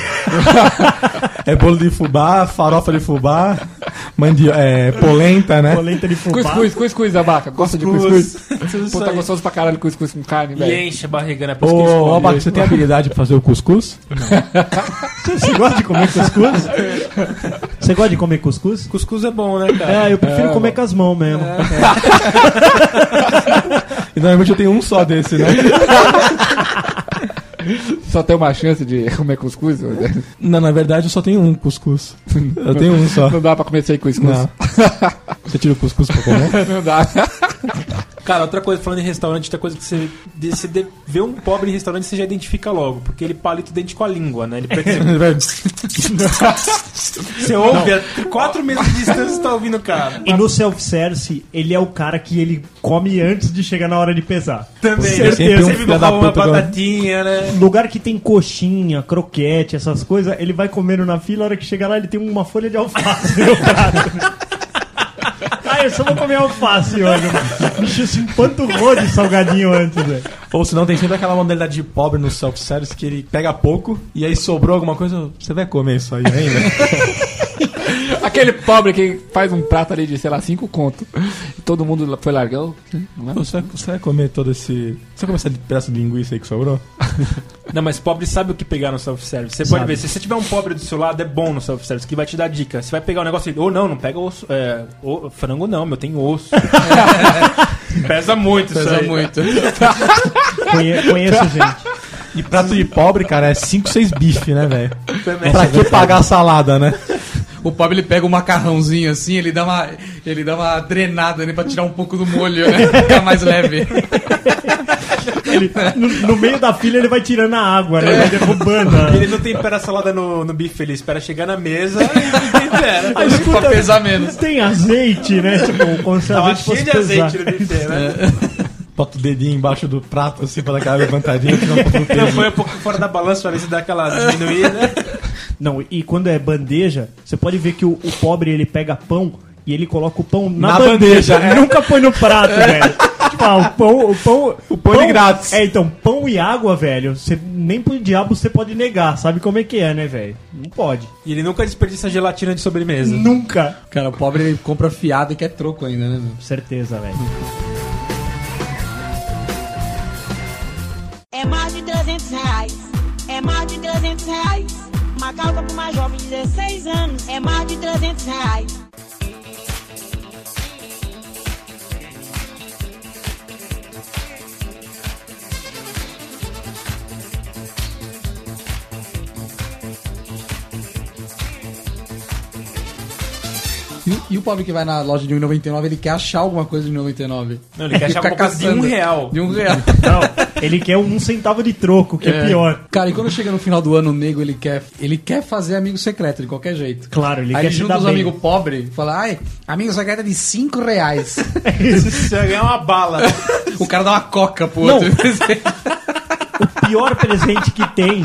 É bolo de fubá, farofa de fubá, polenta, né? Polenta de fubá. Cuscuz, abaca. Gosta de cuscuz? Pô, tá gostoso pra caralho cuscuz com carne, E velho. enche a barriga, né? Por isso que eles Ô, comem. Abaca, você tem habilidade pra fazer o cuscuz? Você gosta de comer cuscuz? Você gosta de comer cuscuz? Cuscuz é bom, né, cara? Eu prefiro comer com as mãos mesmo. E normalmente eu tenho um só desse, né? Só tem uma chance de comer cuscuz? Não, na verdade eu só tenho um cuscuz. Eu tenho um só. Não dá pra comer sem cuscuz. Não. Você tira o cuscuz pra comer? Não dá. Cara, outra coisa, falando em restaurante, outra coisa que você vê um pobre em restaurante, você já identifica logo, porque ele palita o dente com a língua, né? Ele pega você ouve a 4 metros de distância, você tá ouvindo o cara. E no self-service, ele é o cara que ele come antes de chegar na hora de pesar. Também, certeza. Sempre uma batatinha, né? Lugar que tem coxinha, croquete, essas coisas, ele vai comendo na fila, a hora que chegar lá ele tem uma folha de alface no prato. Eu só vou comer alface hoje. Bicho se empanturrou de salgadinho antes, velho. Ou senão tem sempre aquela modalidade de pobre no self-service que ele pega pouco e aí sobrou alguma coisa, você vai comer isso aí ainda? Aquele pobre que faz um prato ali de, sei lá, 5 conto. E todo mundo foi largando. Você vai comer todo esse... Você vai comer esse pedaço de linguiça aí que sobrou? Não, mas pobre sabe o que pegar no self-service. Você pode ver, se você tiver um pobre do seu lado, é bom no self-service, que vai te dar dica. Você vai pegar um negócio e... Ou não pega osso. Frango não, meu, tem osso. Pesa muito isso aí. Pesa muito. Conheço, gente. E prato de pobre, cara, é 5, 6 bife, né, velho? Pra que pagar a salada, né? O pobre, ele pega um macarrãozinho assim, ele dá uma drenada, né, pra tirar um pouco do molho, né? Ficar mais leve. Ele, no meio da fila ele vai tirando a água, né? Vai derrubando. Ele não tempera a salada no bife, ele espera chegar na mesa e tempera. Aí, escuta, pra pesar menos. Tem azeite, né? Tipo, como se tava cheio de azeite no bife, né? Bota o dedinho embaixo do prato, assim, pra dar aquela levantadinha. Não, põe um pouco fora da balança pra ver se dá aquela diminuída. Não, e quando é bandeja, você pode ver que o pobre, ele pega pão e ele coloca o pão na bandeja. Ele nunca põe no prato, velho. Tipo, o pão é grátis. Então, pão e água, velho, você, nem pro diabo você pode negar. Sabe como é que é, né, velho? Não pode. E ele nunca desperdiça gelatina de sobremesa. Nunca. Cara, o pobre, ele compra fiado e quer troco ainda, né, meu? Certeza, velho. É mais de 300 reais. É mais de 300 reais. Uma calça pra uma jovem de 16 anos. É mais de 300 reais. E o pobre que vai na loja de R$1,99, ele quer achar alguma coisa de R$1,99. Não, ele quer achar alguma coisa de R$1. De R$1. Não, ele quer 1 centavo de troco, que é pior. Cara, e quando chega no final do ano, o nego, ele quer fazer amigo secreto, de qualquer jeito. Claro, ele aí quer ele junta os amigos pobres e fala, ai, amigo secreto é de R$5. Você vai ganhar uma bala. O cara dá uma coca pro outro. O pior presente que tem...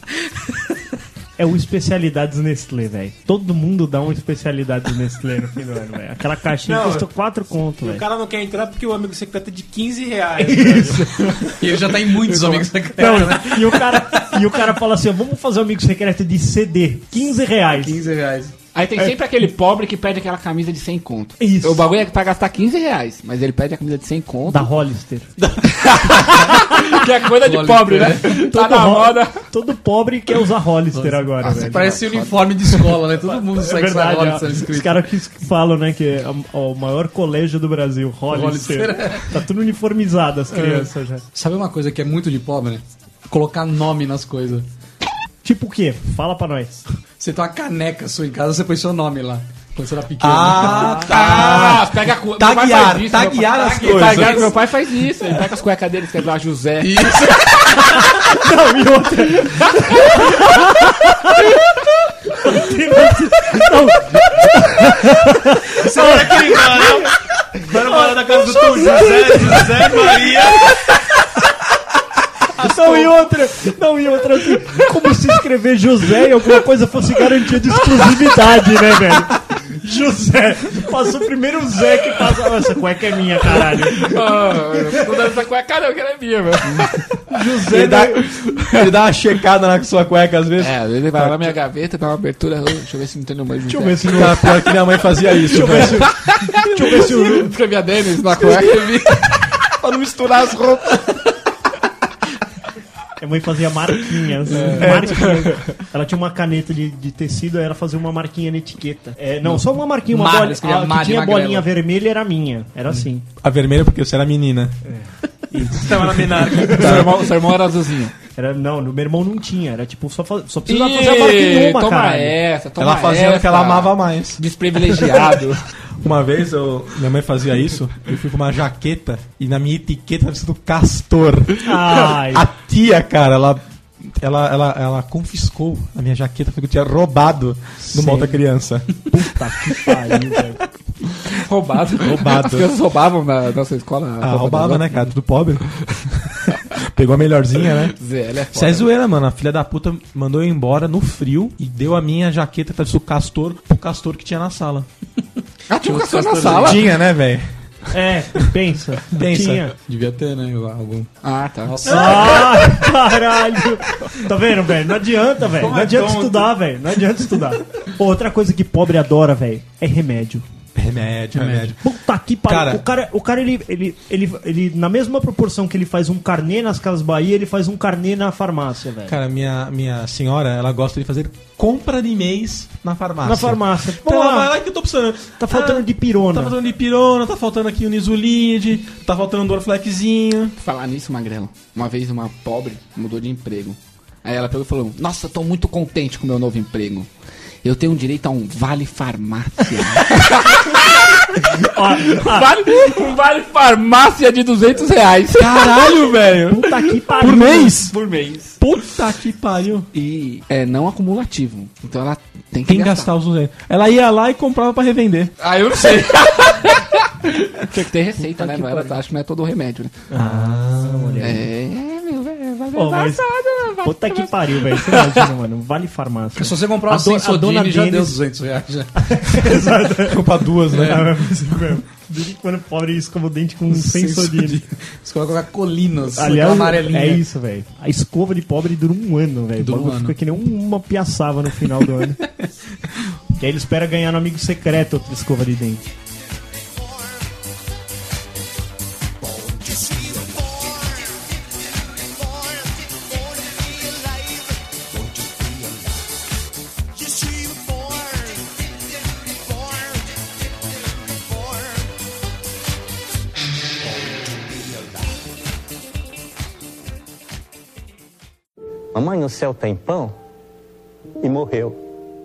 é o Especialidades Nestlé, velho. Todo mundo dá um Especialidades Nestlé no fim do ano, velho. Aquela caixinha custa 4 conto, velho. O cara não quer entrar porque o amigo secreto é de R$15. Isso. E ele já tá em muitos amigos secretos, não, né? E o cara fala assim, vamos fazer um amigo secreto de CD. R$15. R$15. Aí tem sempre aquele pobre que pede aquela camisa de 100 conto. Isso. O bagulho é pra gastar R$15, mas ele pede a camisa de 100 conto. Da Hollister. Que é coisa de pobre, né? Tá na moda. Todo pobre quer usar Hollister agora, velho. Parece uniforme de escola, né? Todo mundo segue essa Hollister escrito. Os caras que falam, né, que é o maior colégio do Brasil, Hollister. Tá tudo uniformizado as crianças já. Sabe uma coisa que é muito de pobre, né? Colocar nome nas coisas. Tipo o quê? Fala pra nós. Você tem uma caneca sua em casa, você põe seu nome lá. Quando você era pequeno. Ah, tá. Pega a taguear as coisas. Meu pai faz isso. Ele pega as cuecas dele, escreve lá José. Isso. Não, e outra. Você era aquele cara, vai embora da casa do teu José Maria. Não, e outra assim, como se escrever José e alguma coisa fosse garantia de exclusividade, né, velho? José, passou primeiro o Zé que passa. Essa cueca é minha, caralho. Não dá essa cueca, não, que ela é minha, velho. José, ele dá uma checada na sua cueca às vezes. Às vezes ele vai lá na minha gaveta, dá uma abertura. Deixa eu ver se não tem no mais. Deixa eu ver se Cara, pior que minha mãe fazia isso. Deixa eu ver se eu escrevia Dennis na cueca pra não misturar as roupas. Minha mãe fazia marquinhas. Ela tinha uma caneta de tecido, aí ela fazia uma marquinha na etiqueta. Não, só uma marquinha, uma bolinha. Que tinha bolinha vermelha era minha. Era assim. A vermelha porque você era menina. Você tava na menarca. O seu irmão era azulzinho. Não, no meu irmão não tinha. Era tipo, só precisava fazer a marca uma, toma cara. essa, toma Ela fazia essa. o que ela amava mais. Desprivilegiado. Uma vez minha mãe fazia isso, eu fui com uma jaqueta e na minha etiqueta estava escrito Castor. Ai. A tia, cara, ela confiscou a minha jaqueta porque eu tinha roubado numa outra criança. Puta que pariu, velho. Roubado. Roubado. As crianças roubavam na nossa escola. Roubava, né, cara? Tudo pobre. Pegou a melhorzinha, né? Ela é foda. Isso é zoeira, mano. A filha da puta mandou eu embora no frio e deu a minha jaqueta que tava escrito Castor pro Castor que tinha na sala. Ah, tinha um castor na sala? Tinha, né, velho? Pensa. Tinha. Devia ter, né? Algum. Ah, tá. Nossa. Caralho. Tá vendo, velho? Não adianta, velho. Não adianta estudar, velho. Não adianta estudar. Pô, outra coisa que pobre adora, velho, é remédio. Remédio. Puta que pariu. Cara, O cara ele, na mesma proporção que ele faz um carnê nas Casas Bahia, ele faz um carnê na farmácia, velho. Cara, minha senhora, ela gosta de fazer compra de mês na farmácia. Na farmácia. Então ela vai lá que eu tô precisando. Tá faltando dipirona. Tá faltando dipirona, tá faltando aqui o Nisulide, tá faltando um Dorflexzinho. Falar nisso, Magrelo. Uma vez uma pobre mudou de emprego. Aí ela pegou e falou: nossa, tô muito contente com o meu novo emprego. Eu tenho direito a um vale farmácia. Um vale farmácia de R$200. Caralho, velho. Puta que pariu. Por mês? Por mês. Puta que pariu. E é não acumulativo. Então ela tem que Tem que gastar os 200. Ela ia lá e comprava pra revender. Ah, eu não sei. Tinha que ter receita, né? Ela acha que não é todo o remédio, né? Meu velho, vai Pô, mas... Puta que pariu, velho. Você imagina, mano. Vale farmácia. Se você comprar uma Sensodine, já deu R$200 já. Exato. Comprar duas, né? Quando pobre escova o dente com Sensodine. Você vai colocar Colinos, Aliás, amarelinha. é isso, velho. A escova de pobre dura um ano, velho. O bagulho fica que nem uma piaçava no final do ano. E aí ele espera ganhar no amigo secreto outra escova de dente. Mamãe no céu tem pão? E morreu.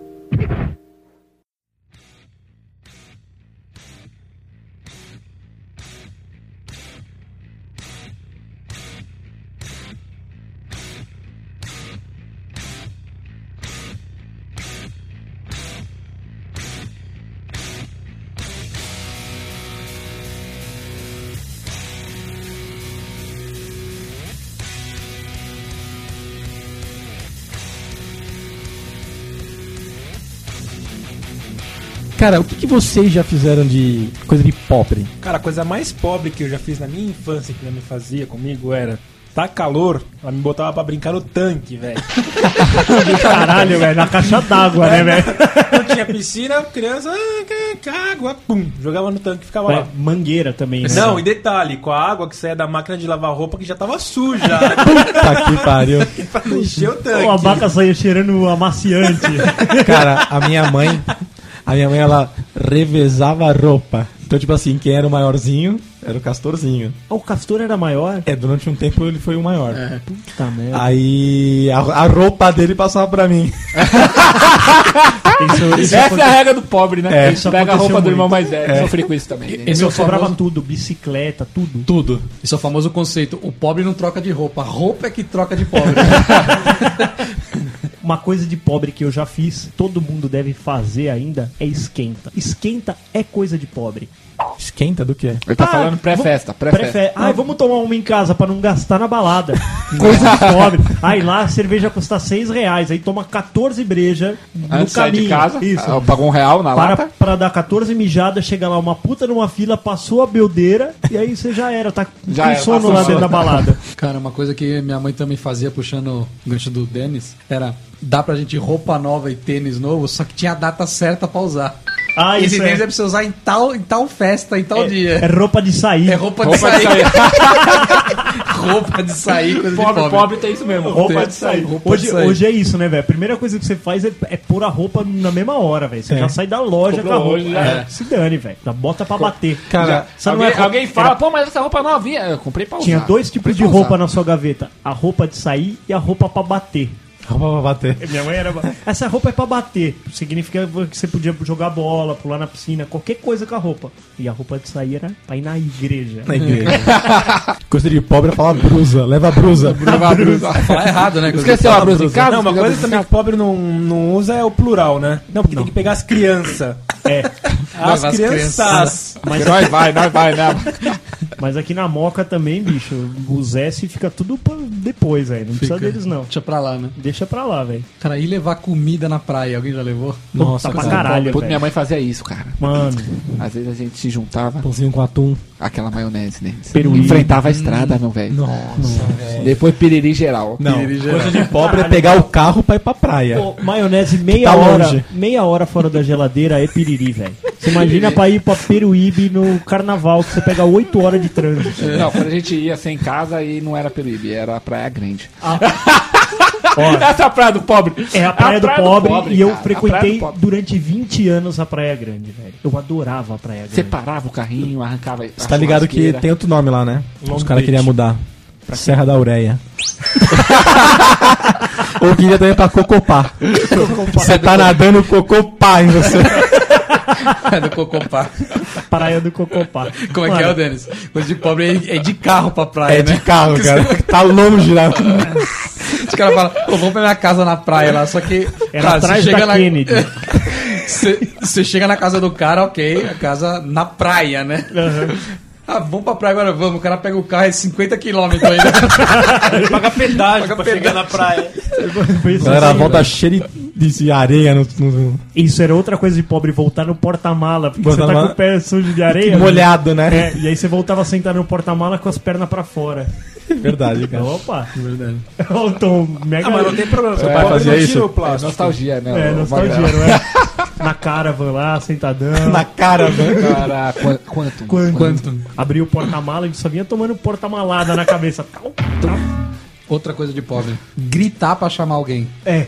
Cara, o que vocês já fizeram de coisa de pobre? Cara, a coisa mais pobre que eu já fiz na minha infância, que minha mãe fazia comigo, era... Tá calor, ela me botava pra brincar no tanque, velho. Caralho, velho, na caixa d'água, né, velho? Não tinha piscina, criança, água, pum, jogava no tanque e ficava lá. Mangueira também, né? Não, e detalhe, com a água que saía da máquina de lavar roupa que já tava suja. Puta que pariu. Pra não encher o tanque. Pô, a vaca saía cheirando amaciante. Cara, a minha mãe, ela revezava a roupa. Então, tipo assim, quem era o maiorzinho era o Castorzinho. O Castor era maior? Durante um tempo ele foi o maior. Puta merda. Aí a roupa dele passava pra mim. Essa é a regra do pobre, né? Isso pega a roupa muito. do irmão mais velho. Eu sofri com isso também. Esse eu sobrava tudo, bicicleta, tudo. Tudo. Esse é o famoso conceito. O pobre não troca de roupa. A roupa é que troca de pobre. Uma coisa de pobre que eu já fiz, todo mundo deve fazer ainda, é esquenta. Esquenta é coisa de pobre. Esquenta do quê? Ele tá falando pré-festa. Vamos tomar uma em casa pra não gastar na balada. Coisa de pobre. Aí lá a cerveja custa R$6, aí toma 14 breja no Antes de sair caminho. de casa, Isso. pagou R$1 na lata. Para dar 14 mijadas, chega lá uma puta numa fila, passou a beldeira e aí você já era, tá com sono lá dentro da balada. Cara, uma coisa que minha mãe também fazia, puxando o gancho do Denis, era dar pra gente roupa nova e tênis novo, só que tinha a data certa pra usar. Ah, Esse isso tênis é pra você usar em tal festa, em tal dia. É roupa de sair. É roupa de sair. Roupa de sair, coisa de pobre. Pobre tem isso mesmo. Roupa de sair. Roupa de sair. Hoje é isso, né, velho? A primeira coisa que você faz é pôr a roupa na mesma hora, velho. Você já sai da loja com a roupa. hoje, Se dane, velho. Já bota pra bater. Cara, Alguém fala, pô, mas essa roupa novinha. Eu comprei pra usar. Tinha dois tipos de roupa na sua gaveta. A roupa de sair e a roupa pra bater. roupa pra bater. Minha mãe era... Essa roupa é pra bater. Significa que você podia jogar bola, pular na piscina, qualquer coisa com a roupa. E a roupa de sair era pra ir na igreja. Na igreja. Coisa de pobre é falar brusa. Leva a brusa. Leva a brusa. Falar errado, né? Esqueceu a brusa em casa? Não, uma Esqueceu a coisa também que pobre não usa é o plural, né? Não, porque tem que pegar as crianças. As crianças. Mas Nós vai, né? Mas aqui na Moca também, bicho, os S fica tudo pra depois, velho. Não precisa deles, não. Deixa pra lá, né? Deixa pra lá, velho. Cara, e levar comida na praia? Alguém já levou? Nossa, pra caralho, Puta, velho. minha mãe fazia isso, cara. Mano, Às vezes a gente se juntava, Pãozinho com atum. aquela maionese, né? Peruí. Enfrentava a estrada, meu velho. Nossa, velho. Depois piriri geral. Não, Piriri geral. coisa de pobre é pegar o carro pra ir pra praia. pô, maionese Tá meia longe. hora fora da geladeira é piriri, velho. Você imagina pra ir pra Peruíbe no carnaval, que você pega 8 horas de trânsito. Não, quando a gente ia sem casa e não era Peruíbe, era a Praia Grande. Ó, Essa é a Praia do Pobre. é a Praia do Pobre, e eu cara, a Praia frequentei do Pobre. durante 20 anos a Praia Grande, velho. Eu adorava a Praia Grande. Você parava o carrinho, arrancava. Você tá ligado que tem outro nome lá, né? Os caras queriam mudar. Pra Serra da Ureia. Ou queria também pra Cocopá. Você tá nadando Cocopá em você. É do Cocopá. Praia do Cocopá. Como é que é, o Denis? Coisa de pobre é de carro pra praia, É né? de carro, cara. Tá longe lá. Os caras falam, pô, vamos pra minha casa na praia lá, só que... Era cara, atrás você chega da Kennedy. Você chega na casa do cara, ok, a casa na praia, né? Ah, vamos pra praia agora, vamos. O cara pega o carro e 50 km ainda. Paga pedágio Paga pra pedágio. chegar na praia. Galera, a volta cheia de areia no Isso era outra coisa de pobre, voltar no porta-mala, porque você tá Porta-mala. com o pé sujo de areia. molhado, né? É, e aí você voltava sentado no porta-mala com as pernas pra fora. Verdade, cara. Opa! Verdade. O Tom mega... Ah, mas não tem problema. Seu pai fazia isso? O plástico. Nostalgia, né? É, o nostalgia, Magrelo. não é? Na caravan lá, sentadão. Na cara, velho. Cara, quanto? Quanto? Abriu o porta-mala e só vinha tomando porta-malada na cabeça. Outra coisa de pobre. Gritar pra chamar alguém. É.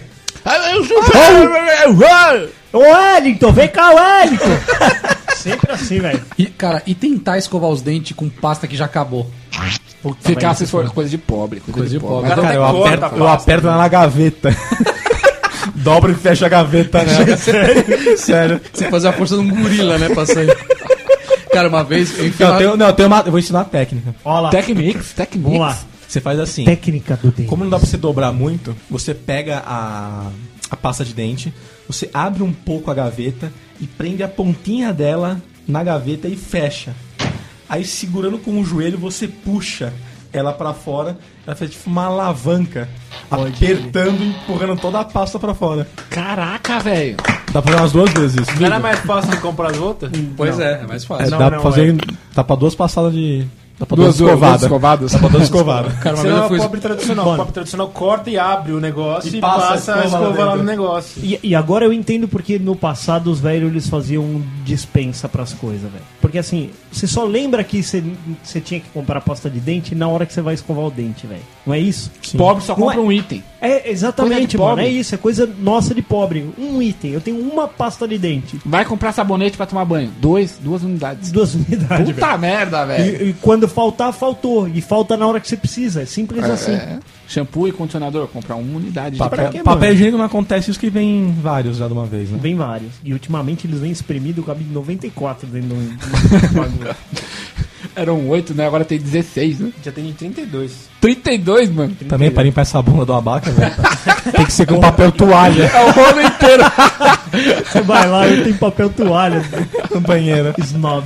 Ô Wellington, vem cá, Wellington! Sempre assim, velho. E, cara, e tentar escovar os dentes com pasta que já acabou. Ficar se for coisa de pobre. Coisa de pobre. Cara, Cara, eu tem corta, aperto, eu aperto na gaveta. Dobra e fecha a gaveta, né? Sério. Você fazer a força de um gorila, né, pra sair. Cara, uma vez eu enfiei Eu vou ensinar a técnica. Ó lá. Techniques. Vamos lá. Você faz assim. Técnica do dente. Como não dá pra você dobrar muito, você pega a pasta de dente, você abre um pouco a gaveta e prende a pontinha dela na gaveta e fecha. Aí segurando com o joelho, você puxa ela pra fora, ela faz tipo uma alavanca, apertando e empurrando toda a pasta pra fora. Caraca, velho. Dá pra fazer umas 2 vezes isso. Não era mais fácil de comprar as outras? Pois é mais fácil. Não, dá não, pra fazer. Dá pra 2 passadas de. Dá pra 2 Duas escovadas. escovadas. Dá pra 2 escovadas. Cara, uma Você vez não eu é fui... o pobre tradicional. O pobre tradicional corta e abre o negócio e passa a escova lá escova lá no dentro. negócio. E agora eu entendo porque no passado os velhos eles faziam dispensa pras coisas, velho. Porque assim, você só lembra que você tinha que comprar pasta de dente na hora que você vai escovar o dente, velho. Não é isso? Pobre só Não compra é- um item. É, exatamente, Coisa de mano. pobre. É isso, é coisa nossa de pobre. Um item. Eu tenho uma pasta de dente. Vai comprar sabonete pra tomar banho. Duas unidades. 2 unidades, velho. Puta merda, velho. E quando faltar, faltou. E falta na hora que você precisa. É simples assim. Shampoo e condicionador, comprar uma unidade. Papel higiênico não acontece isso que vem vários já de uma vez, né? Vem vários. E ultimamente eles vêm espremido, cabe 94 dentro do bagulho. Eram 8, né? Agora tem 16, né? Já tem 32. 32, mano. Também para limpar essa bunda do abaca, velho. Tem que ser com papel toalha É o rolo inteiro. Você vai lá e tem papel toalha. no banheiro. Snob.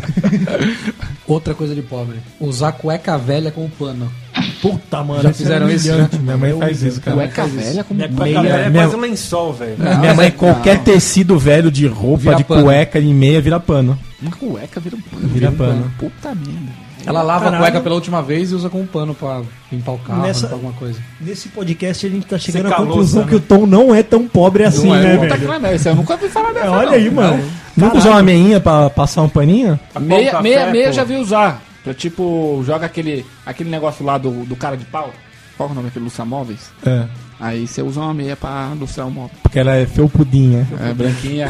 Outra coisa de pobre. Usar cueca velha como pano. Puta, mano. Já isso fizeram é isso, humilhante, Minha mano. mãe faz isso, cara. Cueca velha com Minha meia. cueca velha é minha- quase um lençol, velho. Minha mãe, qualquer tecido velho de roupa, Vira de pano. cueca, de meia, vira pano. Uma cueca vira um pano. Vira pano. Puta merda. Ela lava Caralho. a cueca pela última vez e usa como pano pra limpar o carro, Nessa- limpar alguma coisa. Nesse podcast a gente tá chegando à Secar a conclusão louça, que o Tom não é tão pobre assim, né, Puta que velho? pariu, isso eu nunca ouvi falar dessa. Olha não. aí, mano. Nunca usou uma meinha pra passar um paninho? Meia, Pô, meia, café, meia pô. eu já vi usar. Pra, tipo, joga aquele negócio lá do cara de pau. Qual é o nome daquele Lustrar Móveis? É. Aí você usa uma meia pra lustrar o móvel. Porque ela é felpudinha. É, branquinha.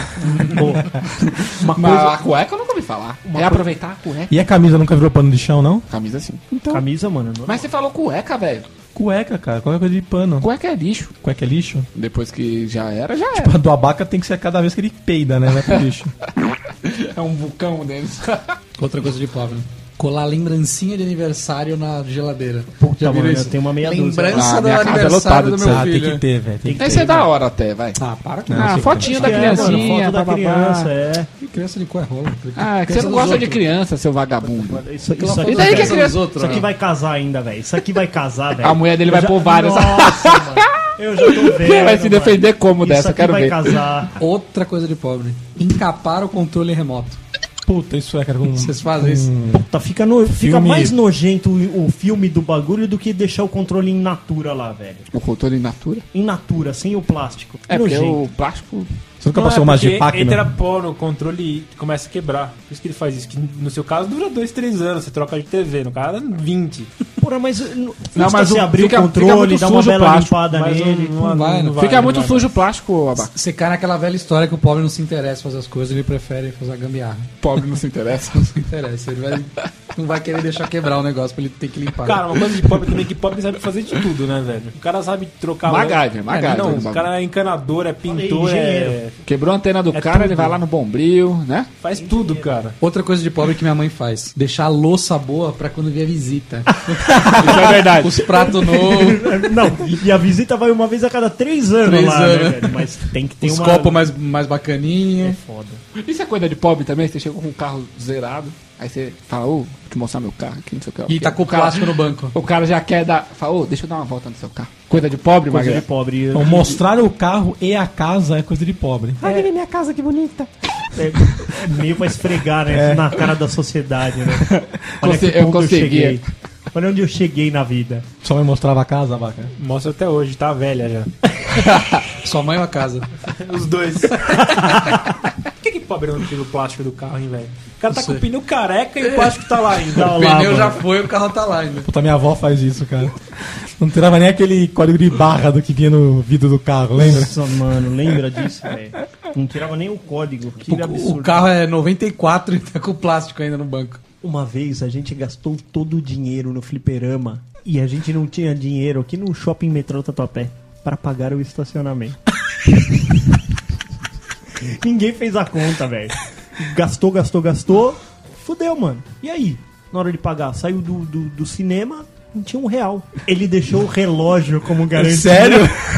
Uma Mas coisa, a cueca eu nunca ouvi falar. É aproveitar a cueca. E a camisa nunca virou pano de chão, não? Camisa sim. camisa, mano. não- Mas você falou cueca, velho. Cueca, cara. Qualquer coisa de pano. Cueca é lixo. Cueca é lixo? Depois que já era, já era. A do abaca tem que ser cada vez que ele peida, né? Vai pro lixo. É um vulcão deles. Outra coisa de pobre. Colar lembrancinha de aniversário na geladeira. Puta, viram mano, isso? eu tenho uma meia dúzia. Lembrança Ah, do minha casa é aniversário lotada do de meu Ah, tem filho. que ter, velho. Tem que Esse é da hora até, vai. Ah, para com Ah, isso. fotinho da É, mano, criancinha, foto da bababá. criança, é. Que criança de cu é rola? Ah, é que você Criança não dos gosta de outros. criança, seu vagabundo. Isso Aquela aqui, foto E daí da que a criança criança- dos outros, isso aqui né? vai casar ainda, velho. Isso aqui vai casar, velho. A mulher dele Eu vai já- pôr várias. Nossa, mano. Eu já tô vendo. Vai se defender como Isso dessa, aqui quero vai ver. casar. Outra coisa de pobre. Encapar o controle remoto. Puta, isso é, cara. Com... Vocês fazem isso? Puta, fica Filme- mais nojento o filme do bagulho do que deixar o controle in natura lá, velho. O controle in natura? In natura, sem o plástico. É, porque Nojento. o plástico... Você nunca Não, passou é uma porque G-Pac, entra não? pó no controle e começa a quebrar. Por isso que ele faz isso. Que no seu caso dura 2, 3 anos. Você troca de TV. No cara, 20. Porra, mas Não, mas mas você o- abrir o fica controle, muito dar uma sujo o bela plástico, limpada Mas nele. Não vai, não Fica não muito vai. sujo o plástico, Abaca. Você cai naquela velha história que o pobre não se interessa em fazer as coisas, ele prefere fazer a gambiarra. Pobre não se interessa. Não se interessa, não vai querer deixar quebrar o negócio pra ele ter que limpar. Cara, uma coisa de pobre também que pobre sabe fazer de tudo, né, velho? O cara sabe trocar... MacGyver. Não, o cara é encanador, é pintor, engenheiro. Quebrou a antena do É cara, tudo. ele vai lá no Bombril, né? faz tudo, cara. Outra coisa de pobre que minha mãe faz: deixar a louça boa pra quando vier visita. Isso é verdade. Os pratos novos, Não, e a visita vai uma vez a cada 3 anos 3 lá, anos. né, velho? Mas tem que ter os uma... copos mais bacaninha. Foda. Isso é coisa de pobre também? Você chega com um carro zerado, aí você fala, ô, vou te mostrar meu carro aqui, não sei o que. E tá com o plástico no banco. O cara já quer dar, fala, ô, deixa eu dar uma volta no seu carro. Coisa de pobre, Coisa de Magrelo. pobre. Então, mostrar o carro e a casa é coisa de pobre. É meio pra esfregar, né? Na cara da sociedade, né? Olha que Eu ponto consegui. cheguei. Olha onde eu cheguei na vida. Sua mãe mostrava a casa, Abaca? Mostra até hoje, tá velha já. Sua mãe ou a casa? Os dois. Por que pobre não tira o plástico do carro, hein, velho? O cara tá Não com sei. o pneu careca e o plástico tá lá ainda. Tá O lá, pneu mano. já foi, o carro tá lá ainda. Puta, minha avó faz isso, cara. Não tirava nem aquele código de barra do que vinha no vidro do carro, lembra? Nossa, mano, lembra disso, velho? Não tirava nem o código. Que absurdo. O carro é 94 e tá com plástico ainda no banco. Uma vez a gente gastou todo o dinheiro no fliperama e a gente não tinha dinheiro aqui no shopping metrô Tatuapé para pagar o estacionamento. Ninguém fez a conta, velho. Gastou. Fudeu, mano. E aí? Na hora de pagar, saiu do cinema, não tinha R$1. Ele deixou o relógio como garantia. Sério?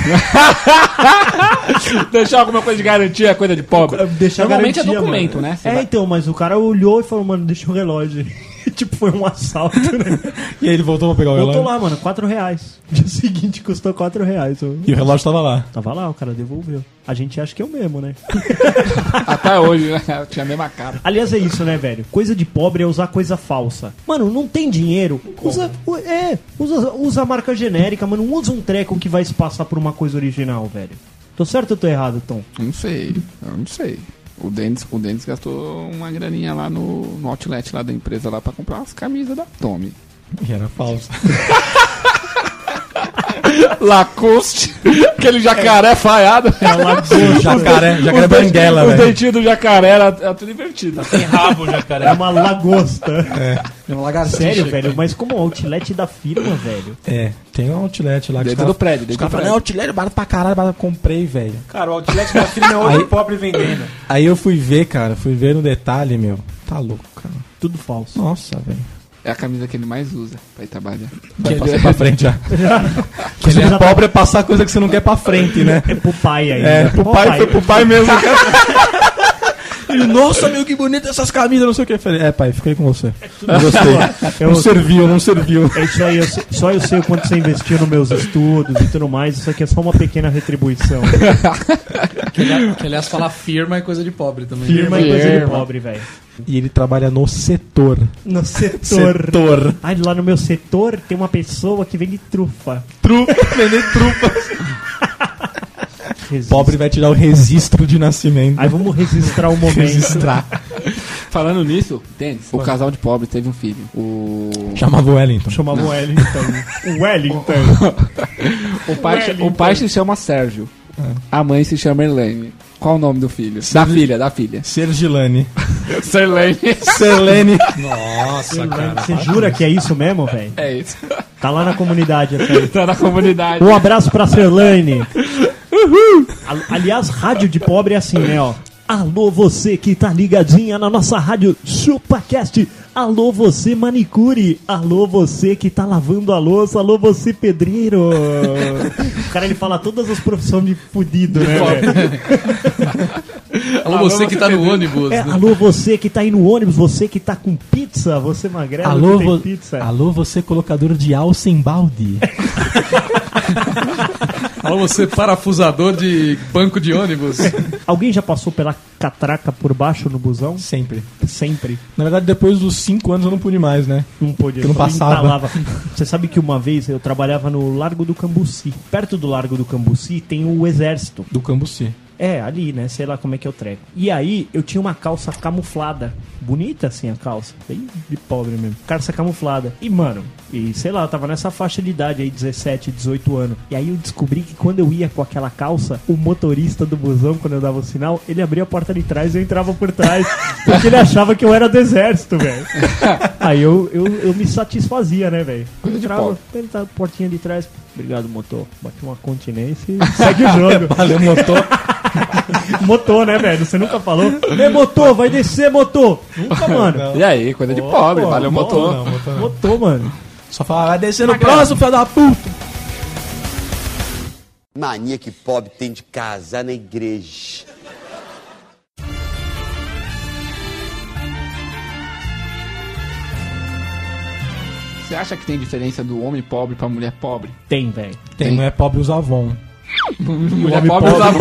Deixar alguma coisa de garantia é coisa de pobre. Deixar Normalmente garantia, é documento, mano. né? Você É, vai- então, mas o cara olhou e falou, mano, deixa o relógio. Tipo, foi um assalto, né? E aí ele voltou pra pegar o Voltou relógio? lá, mano, R$4. Dia seguinte custou R$4. E o relógio tava lá. Tava lá, o cara devolveu. A gente acha que é o mesmo, né? Até hoje, né? Tinha a mesma cara. Aliás, é isso, né, velho? Coisa de pobre é usar coisa falsa. Mano, não tem dinheiro. Usa a marca genérica, mas não usa um treco que vai se passar por uma coisa original, velho. Tô certo ou tô errado, Tom? Eu não sei. O Denis gastou uma graninha lá no outlet lá da empresa lá pra comprar umas camisas da Tommy. E era falso. Lacoste, aquele jacaré falhado. Jacaré banguela, Os velho. dentinhos do jacaré era tudo invertido. Tem rabo, jacaré. É uma lagosta. É uma lagartixa. Sério, velho? Mas como outlet da firma, velho? É, tem um outlet lá que Dentro do prédio, Os caras falam, é outlet, barato pra caralho, barato, comprei, velho. Cara, o outlet da firma é outro pobre vendendo. Aí eu fui ver, cara, no detalhe, meu. Tá louco, cara. Tudo falso. Nossa, velho. É a camisa que ele mais usa pra ir trabalhar. Vai passar pra frente já. Que ele é pobre é passar coisa que você não quer pra frente, né? É pro pai ainda. É, pro Ó, pai, foi pro pai mesmo. Ele, nossa, meu, que bonito essas camisas, não sei o que. Eu falei, pai, fiquei com você. Não gostei. Não serviu. É isso aí, só eu sei o quanto você investiu nos meus estudos e tudo mais. Isso aqui é só uma pequena retribuição. Que aliás, falar firma é coisa de pobre também. Firma é coisa de Firma. pobre, velho. E ele trabalha no setor. No setor. Setor. Ai, lá no meu setor tem uma pessoa que vende trufa. Vender trufas. Registro. Pobre vai tirar o registro de nascimento. Aí vamos registrar o momento. Registrar. Falando nisso, Tênis, o casal de pobres teve um filho. Chamava o Wellington. Chamava o Wellington. O Wellington. O pai se chama Sérgio. A mãe se chama Elaine. Qual o nome do filho? Da filha. Sergilane. Serlene. Nossa, cara. Você jura que é isso mesmo, velho? É isso. Tá lá na comunidade até. Tá na comunidade. Um abraço pra Serlane. Aliás, rádio de pobre é assim, né, ó. Alô, você que tá ligadinha na nossa rádio ChupaCast. Alô, você manicure. Alô, você que tá lavando a louça. Alô, você pedreiro. O cara, ele fala todas as profissões de fudido, né, velho? Alô, você que tá no ônibus. É, alô, você que tá aí no ônibus. Você que tá com pizza. Você magrelo Alô, que tem pizza. alô, você colocador de alça em balde. Alô, você parafusador de banco de ônibus. Alguém já passou pela catraca por baixo no busão? Sempre. Sempre. Na verdade, depois dos 5 anos eu não pude mais, né? Não podia. Porque não passava. Você sabe que uma vez eu trabalhava no Largo do Cambuci. Perto do Largo do Cambuci tem o exército. Do Cambuci. É, ali, né? Sei lá como é que é o treco. E aí, eu tinha uma calça camuflada. Bonita, assim, a calça. Bem de pobre mesmo. Calça camuflada. E, mano, sei lá, eu tava nessa faixa de idade aí, 17, 18 anos. E aí eu descobri que quando eu ia com aquela calça, o motorista do busão, quando eu dava o sinal, ele abria a porta de trás e eu entrava por trás. Porque ele achava que eu era do exército, velho. Aí eu me satisfazia, né, velho? Eu entrava, ele tá portinha de trás. Obrigado, motor. Bate uma continência e segue o jogo. Valeu, motor. Motor, né, velho? Você nunca falou? Ei, motor, vai descer, motor. Nunca, mano. E aí, coisa de pobre, valeu, motor. Não, motor não. Motor, mano. Só fala, vai descer no próximo, filho da puta. Mania que pobre tem de casar na igreja. Você acha que tem diferença do homem pobre pra mulher pobre? Tem, velho. Tem, não é pobre usa Avon. Mulher pobre usava.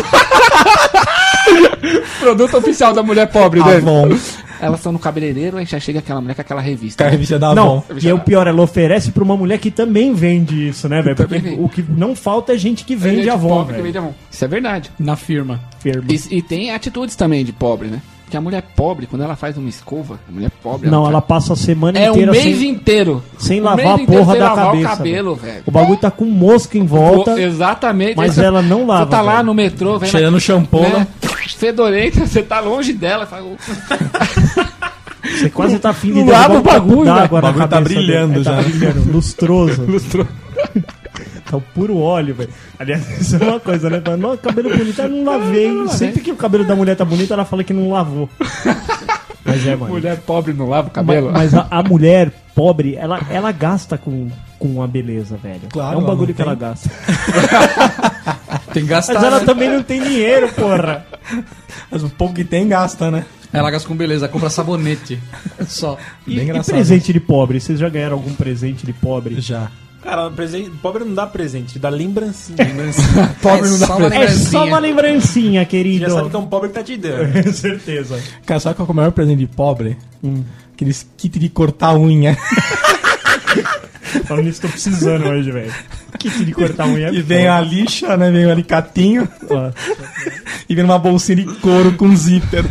Produto oficial da mulher pobre, né? Avon. Elas estão no cabeleireiro e já chega aquela mulher com aquela revista. A revista da Avon. Não, e é o pior, ela oferece pra uma mulher que também vende isso, né, velho? Porque o que não falta é gente que vende Avon, velho. Isso é verdade. Na firma. E tem atitudes também de pobre, né? Porque a mulher pobre, quando ela faz uma escova, a mulher pobre... Não, ela passa a semana é inteira um mês inteiro. sem lavar a porra da cabeça. O cabelo, velho. O bagulho tá com mosca em volta. Exatamente. Mas ela não lava. Você tá lá velho. no metrô, vendo cheirando shampoo, né? Fedorenta, você tá longe dela. Fala... Você quase tá afim de Não lava derrubar o bagulho, d'água né? O na bagulho tá cabeça brilhando dele. já. Tá brilhando, lustroso. Tá o puro óleo, velho. Aliás, isso é uma coisa, né? Não, cabelo bonito, eu não lavei. Sempre que o cabelo da mulher tá bonito, ela fala que não lavou. Mas é, mano. Mulher pobre não lava o cabelo. Mas a mulher pobre, ela gasta com a beleza, velho. Claro, é um ela bagulho não que ela tem. gasta. Tem que gastar. Mas ela né? também não tem dinheiro, porra. Mas o pouco que tem, gasta, né? Ela gasta com beleza, compra sabonete. Só. E, Bem e engraçado. presente de pobre? Vocês já ganharam algum presente de pobre? Já. Cara, pobre não dá presente, dá lembrancinha. Pobre não dá É só uma lembrancinha, querido. Já sabe que é um pobre que tá te dando. Com certeza. Cara, sabe qual é o maior presente de pobre? Aqueles kits de cortar unha. Falando nisso, tô precisando hoje, velho. Kit de cortar unha. E vem a lixa, né? Vem o alicatinho. Ó. E vem uma bolsinha de couro com zíper.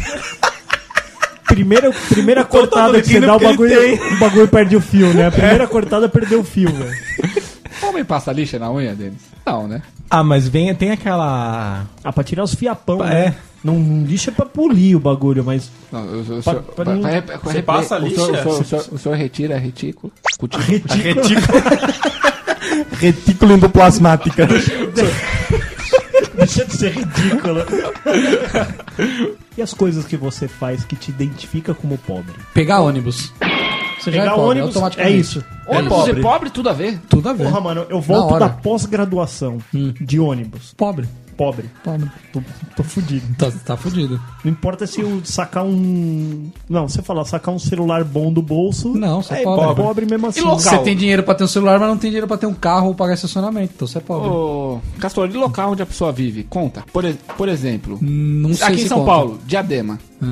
Primeira cortada que você dá, o bagulho perde o fio, né? A primeira cortada perdeu o fio, velho. Homem passa lixa na unha deles? Não, né? Ah, mas tem aquela... Ah, pra tirar os fiapão, É. né? Não lixa pra polir o bagulho, mas... Não, Você passa a lixa? O senhor retira a retícula? Retículo endoplasmática. Deixa de ser ridículo. E as coisas que você faz que te identifica como pobre? Pegar ônibus. Você já é Pegar pobre, ônibus, automaticamente. é isso. Ônibus e pobre, tudo a ver. Tudo a ver. Porra, mano, eu Na volto hora. da pós-graduação de ônibus. Pobre. Pobre. Pobre. Tô fudido. Tá fudido. Não importa se eu sacar um... Não, você fala, sacar um celular bom do bolso... Não, você é pobre. pobre. Mesmo assim. Você tem dinheiro pra ter um celular, mas não tem dinheiro pra ter um carro ou pagar estacionamento. Então você é pobre. Ô, Castor, de local onde a pessoa vive, conta. Por exemplo, Não sei aqui se em São conta. Paulo, Diadema.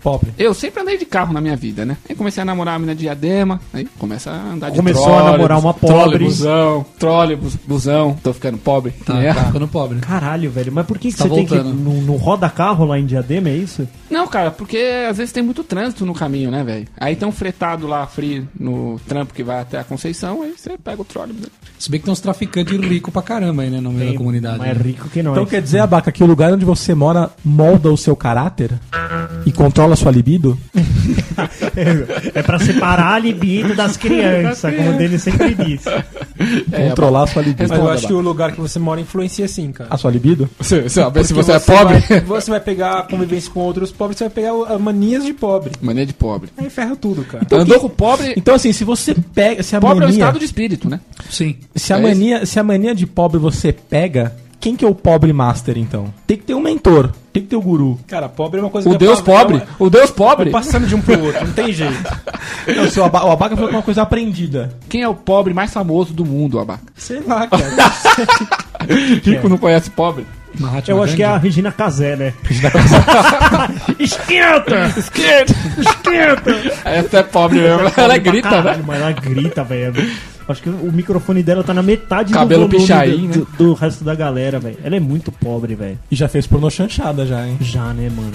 Pobre. Eu sempre andei de carro na minha vida, né? Aí comecei a namorar a mina de Diadema, aí começa a andar de Começou a namorar uma pobre. Trólebus, busão, tô ficando pobre. Tá ficando pobre. Caralho, velho, mas por que Tá você tem voltando. que... Não roda carro lá em Diadema, é isso? Não, cara, porque às vezes tem muito trânsito no caminho, né, velho? Aí tem um fretado lá, free, no trampo que vai até a Conceição, aí você pega o trólebus. Né? Se bem que tem uns traficantes ricos pra caramba aí, né, no meio da comunidade. Mais né? rico que nós. Então quer dizer, Abaca, que o lugar onde você mora molda o seu caráter e controla a sua libido? É pra separar a libido das crianças, como o dele sempre diz. Controlar a sua libido. Mas eu acho que o lugar que você mora influencia sim, cara. A sua libido? Se Porque você é pobre... Você vai pegar a convivência com outros pobres, você vai pegar manias de pobre. Mania de pobre. Aí ferra tudo, cara. Andou com pobre... Então assim, se você pega... Se a Pobre é um mania, estado de espírito, né? Sim. se a mania de pobre você pega, quem que é o pobre master, então? Tem que ter um mentor, tem que ter o guru. Cara, pobre é uma coisa O que Deus pobre. O Deus vai pobre. passando de um pro outro, não tem jeito. Não, se o Abaca foi uma coisa aprendida. Quem é o pobre mais famoso do mundo, Abaca? Sei lá, cara. Kiko não conhece pobre? Eu acho que é a Regina Casé, né? Esquenta! Essa é pobre mesmo. Ela grita, Caralho, né? mas ela grita, velho. Acho que o microfone dela tá na metade Cabelo do volume pichain, do resto da galera, velho. Ela é muito pobre, velho. E já fez pornô chanchada já, hein? Já, né, mano?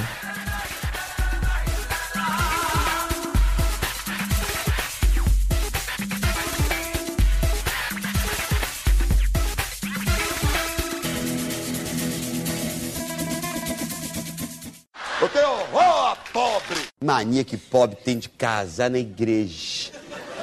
Eu tenho horror a pobre. Mania que pobre tem de casar na igreja.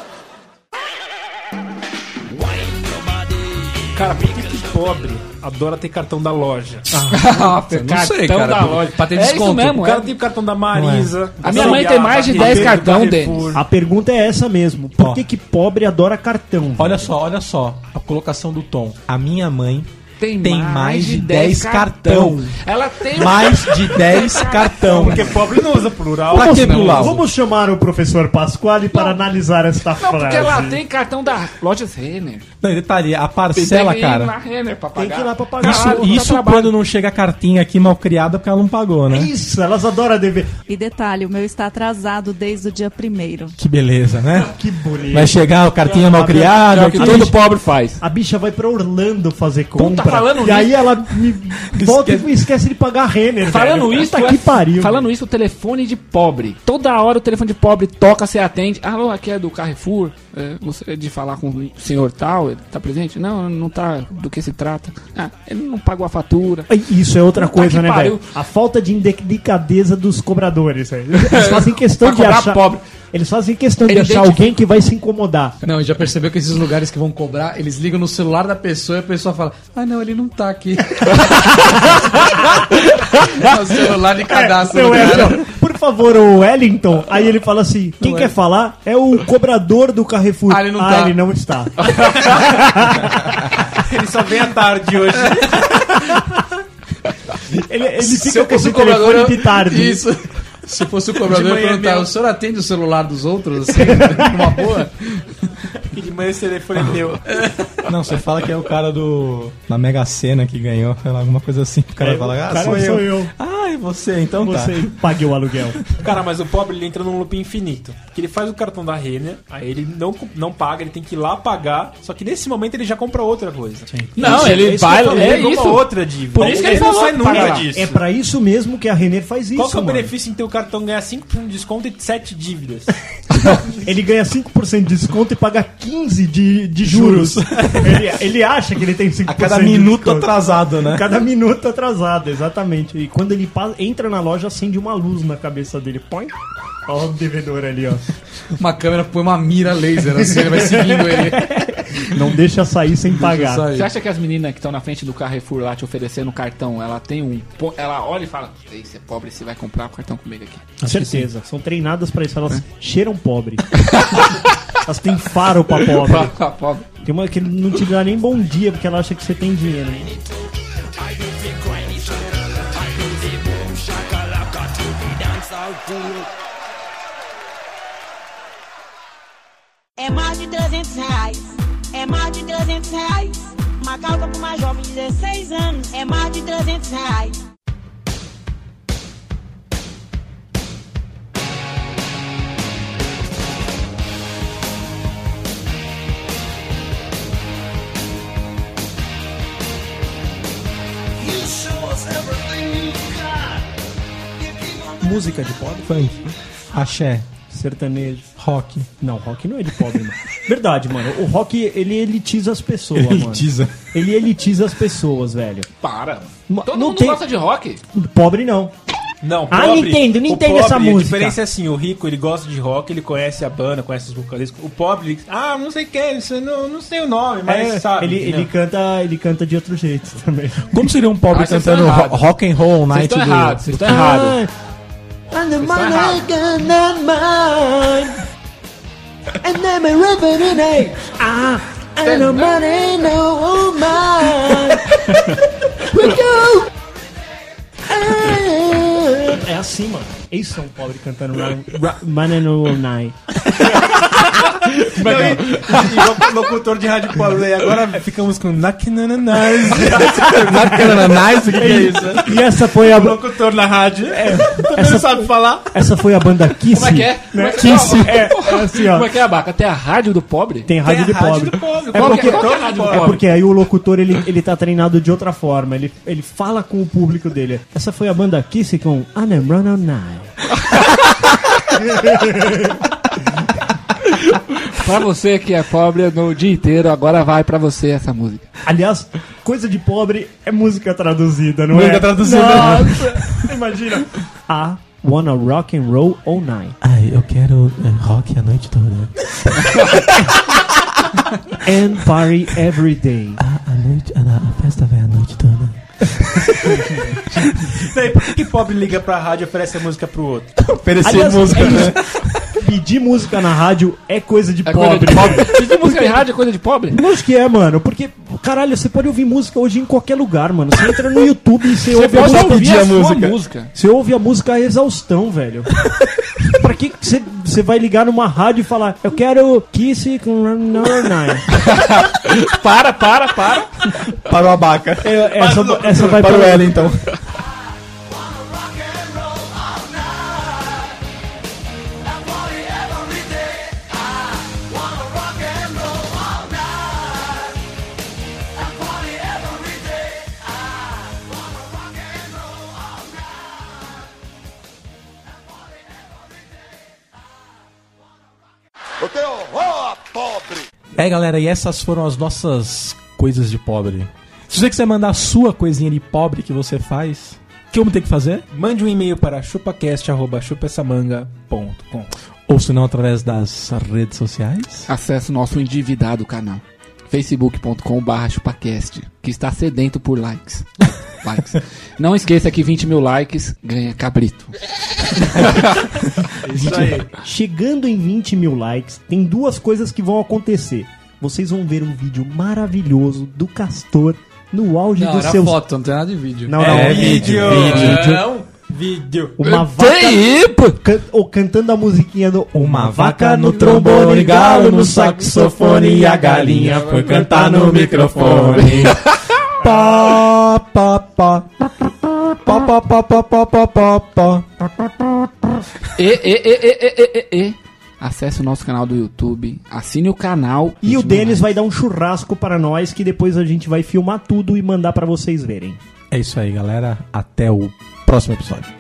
Cara, por que pobre adora ter cartão da loja? Não sei, cara. da loja. Pra ter É isso desconto. mesmo, O cara tem o cartão da Marisa. A minha mãe tem mais de 10 cartão, Denis. A pergunta é essa mesmo. Por que pobre adora cartão? Olha só, a colocação do tom. A minha mãe Tem mais de 10 cartão. Ela tem Mais de 10 cartão. Porque pobre não usa plural. Pra que plural? Vamos chamar o professor Pasquale para analisar esta Não, frase. porque ela tem cartão da Lojas Renner. Não, detalhe, a Tem parcela, que ir cara. na Renner pra Tem pagar. que ir lá pra pagar. Isso quando não chega a cartinha aqui mal criada porque ela não pagou, né? Isso, elas adoram dever. E detalhe, o meu está atrasado desde o dia 1º. Que beleza, né? Que bonito. Vai chegar a cartinha mal criada. É o que todo pobre faz. A bicha vai pra Orlando fazer compra. falando e nisso- aí ela me volta e esquece de pagar a Renner. Falando velho. isso, Puta que pariu. Falando isso, o telefone de pobre. Toda hora o telefone de pobre toca, você atende. Alô, aqui é do Carrefour. Gostaria de falar com o senhor tal. Ele tá presente? Não, não tá. Do que se trata? Ah, ele não pagou a fatura. Isso é outra Puta coisa, que né, pariu. velho? A falta de delicadeza dos cobradores, velho. Eles fazem questão Pra de cobrar achar. pobre. Eles fazem questão de Ele achar identifica- alguém que vai se incomodar. Não, já percebeu que esses lugares que vão cobrar, eles ligam no celular da pessoa e a pessoa fala: ah, não, ele não tá aqui. É o celular de cadastro Seu do cara. Edson, por favor, o Wellington. Aí ele fala assim: quem quer falar é o cobrador do Carrefour. Ah, ele não tá. Ele não está. Ele só vem à tarde hoje. Ele Se fica eu com esse fosse o cobrador, telefone de tarde. Isso. Se fosse o cobrador, De eu manhã ia perguntar: mesmo. o senhor atende o celular dos outros, assim, numa boa? Que de manhã esse telefone é meu. Não, você fala que é o cara da Mega Sena que ganhou, sei lá, alguma coisa assim. O cara fala, o cara sou eu. Ah, e você, então Você tá. pague o aluguel. Cara, mas o pobre ele entra num loop infinito. Porque ele faz o cartão da Renner, aí ele não paga, ele tem que ir lá pagar. Só que nesse momento ele já compra outra coisa. Não, Isso, ele isso que vai. eu falei, É ele compra isso. outra dívida. Por isso que ele não falou sai que nunca paga lá. disso. É pra isso mesmo que a Renner faz isso, Qual que é o mano. benefício em ter o cartão ganhar 5% de desconto e 7 dívidas? Ele ganha 5% de desconto e paga 15 de juros. ele acha que ele tem 5% A cada de minuto desconto. atrasado, né? Cada minuto atrasado, exatamente. E quando ele entra na loja, acende uma luz na cabeça dele. Põe. Olha o devedor ali, ó. Uma câmera põe uma mira laser, assim, ele vai seguindo ele. Não deixa sair sem pagar. Você acha que as meninas que estão na frente do Carrefour lá te oferecendo cartão, ela tem um. Ela olha e fala: ei, você é pobre, você vai comprar o cartão comigo aqui. Com certeza. São treinadas pra isso. Elas cheiram pobre. Elas têm faro pra pobre. Pra pobre. Tem uma que não te dá nem bom dia porque ela acha que você tem dinheiro. É mais de 300 reais. É mais de 300 reais. Uma calça pra uma jovem de 16 anos. É mais de 300 reais. Música de pobre? Funk. Axé. Sertanejo. Rock. Não, rock não é de pobre, mano. Verdade, mano. O rock, ele elitiza as pessoas, Elitiza. mano. Ele elitiza as pessoas, velho. Para. Ma- Todo não mundo tem- gosta de rock. Pobre não. Não, Ah, Nintendo o essa A música. diferença é assim, o rico, ele gosta de rock, ele conhece a banda, conhece os vocalistas. O pobre, ele, não sei quem, não sei o nome, mas sabe. ele canta de outro jeito também. Como seria um pobre Vocês cantando estão errados. rock and roll Vocês night estão errados, vocês estão errados. É assim, mano. Isso é um pobre cantando Man No Night. E o locutor de rádio pobre, agora ficamos com Nakinananais. Nakinananais, o que é isso? E essa foi a... O locutor na rádio. Também não sabe falar. Essa foi a banda Kiss. Como é que é? Né? Como é que Kiss. É assim, ó. Como é que é, Abaca? Tem a rádio do pobre? Tem rádio de pobre. Qual que é a rádio do É pobre? porque aí o locutor, ele tá treinado de outra forma. Ele fala com o público dele. Essa foi a banda Kiss com I'm Run On Night. Pra você que é pobre no dia inteiro, agora vai pra você essa música. Aliás, coisa de pobre é música traduzida, não Música é? traduzida. Nossa, imagina. I wanna rock and roll all night. Ai, eu quero rock a noite toda. And party every day. A festa vai a noite toda. Daí, por que pobre liga pra rádio e oferece a música pro outro? Oferecer Aliás, música, é né? Pedir música na rádio é coisa de É coisa pobre. de pobre. Pedir música em rádio é coisa de pobre? Lógico que é, mano. Porque, caralho, você pode ouvir música hoje em qualquer lugar, mano. Você entra no YouTube e você ouve a pode música. ouvir a sua música. Você ouve a música a exaustão, velho. Pra que você vai ligar numa rádio e falar eu quero Kiss com Run On Night? Para. Para o Abaca. Essa vai Para o Wellington. Eu tenho horror a pobre. Galera, e essas foram as nossas coisas de pobre. Se você quiser mandar a sua coisinha de pobre que você faz, o que eu vou ter que fazer? Mande um e-mail para chupacast@chupessamanga.com. Ou se não, através das redes sociais. Acesse o nosso endividado canal. facebook.com/chupacast, que está sedento por likes. Não esqueça que 20 mil likes ganha cabrito. Isso aí. Chegando em 20 mil likes, tem duas coisas que vão acontecer. Vocês vão ver um vídeo maravilhoso do Castor no auge Não, dos era seus... foto, não tem nada de vídeo. Não, Vídeo. Vídeo. Uma vaca... cantando a musiquinha do... Uma vaca no trombone, galo no saxofone e a galinha foi cantar no microfone. Pá, pá, pá. Pá, pá, pá, pá, pá, pá, pá, pá. Acesse o nosso canal do YouTube, assine o canal. E o Denis vai dar um churrasco para nós, que depois a gente vai filmar tudo e mandar para vocês verem. É isso aí, galera. Até o próximo episódio.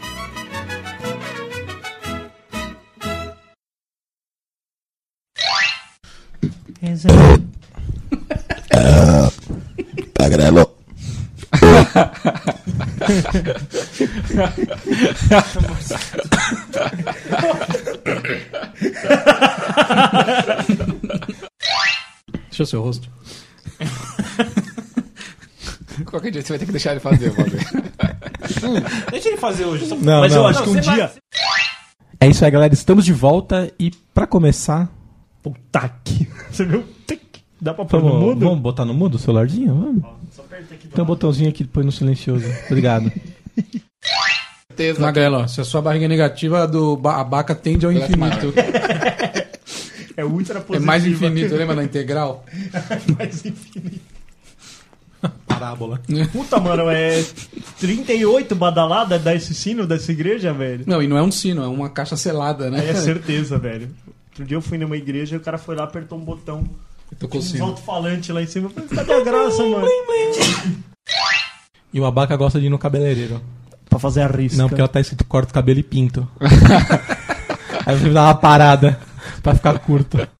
Pagrelo. Deixa o seu rosto. Qualquer dia você vai ter que deixar ele fazer, mano. Deixa ele fazer hoje. Não, Mas não. eu acho que um dia... É isso aí, galera. Estamos de volta e pra começar... Puta que... Você viu? Dá pra pôr no mudo? Vamos botar no mudo o celularzinho? Vamos. Só aperta aqui. Tem um botãozinho aqui que põe no silencioso. Obrigado. Magrelo, ó, se a sua barriga é negativa, a Abaca tende ao infinito. É ultra É positivo. mais infinito, lembra da integral? Mais infinito. Parábola. Puta, mano, é 38 badalada dar esse sino dessa igreja, velho. Não, e não é um sino, é uma caixa selada, né? É certeza, velho. Outro dia eu fui numa igreja e o cara foi lá, apertou um botão. Tocou o Tinha uns sino. alto-falantes lá em cima. Eu falei, cadê a graça, mano? E o Abaca gosta de ir no cabeleireiro. Pra fazer a risca. Não, porque ela tá escrito corta o cabelo e pinto. Aí você dá uma parada pra ficar curto.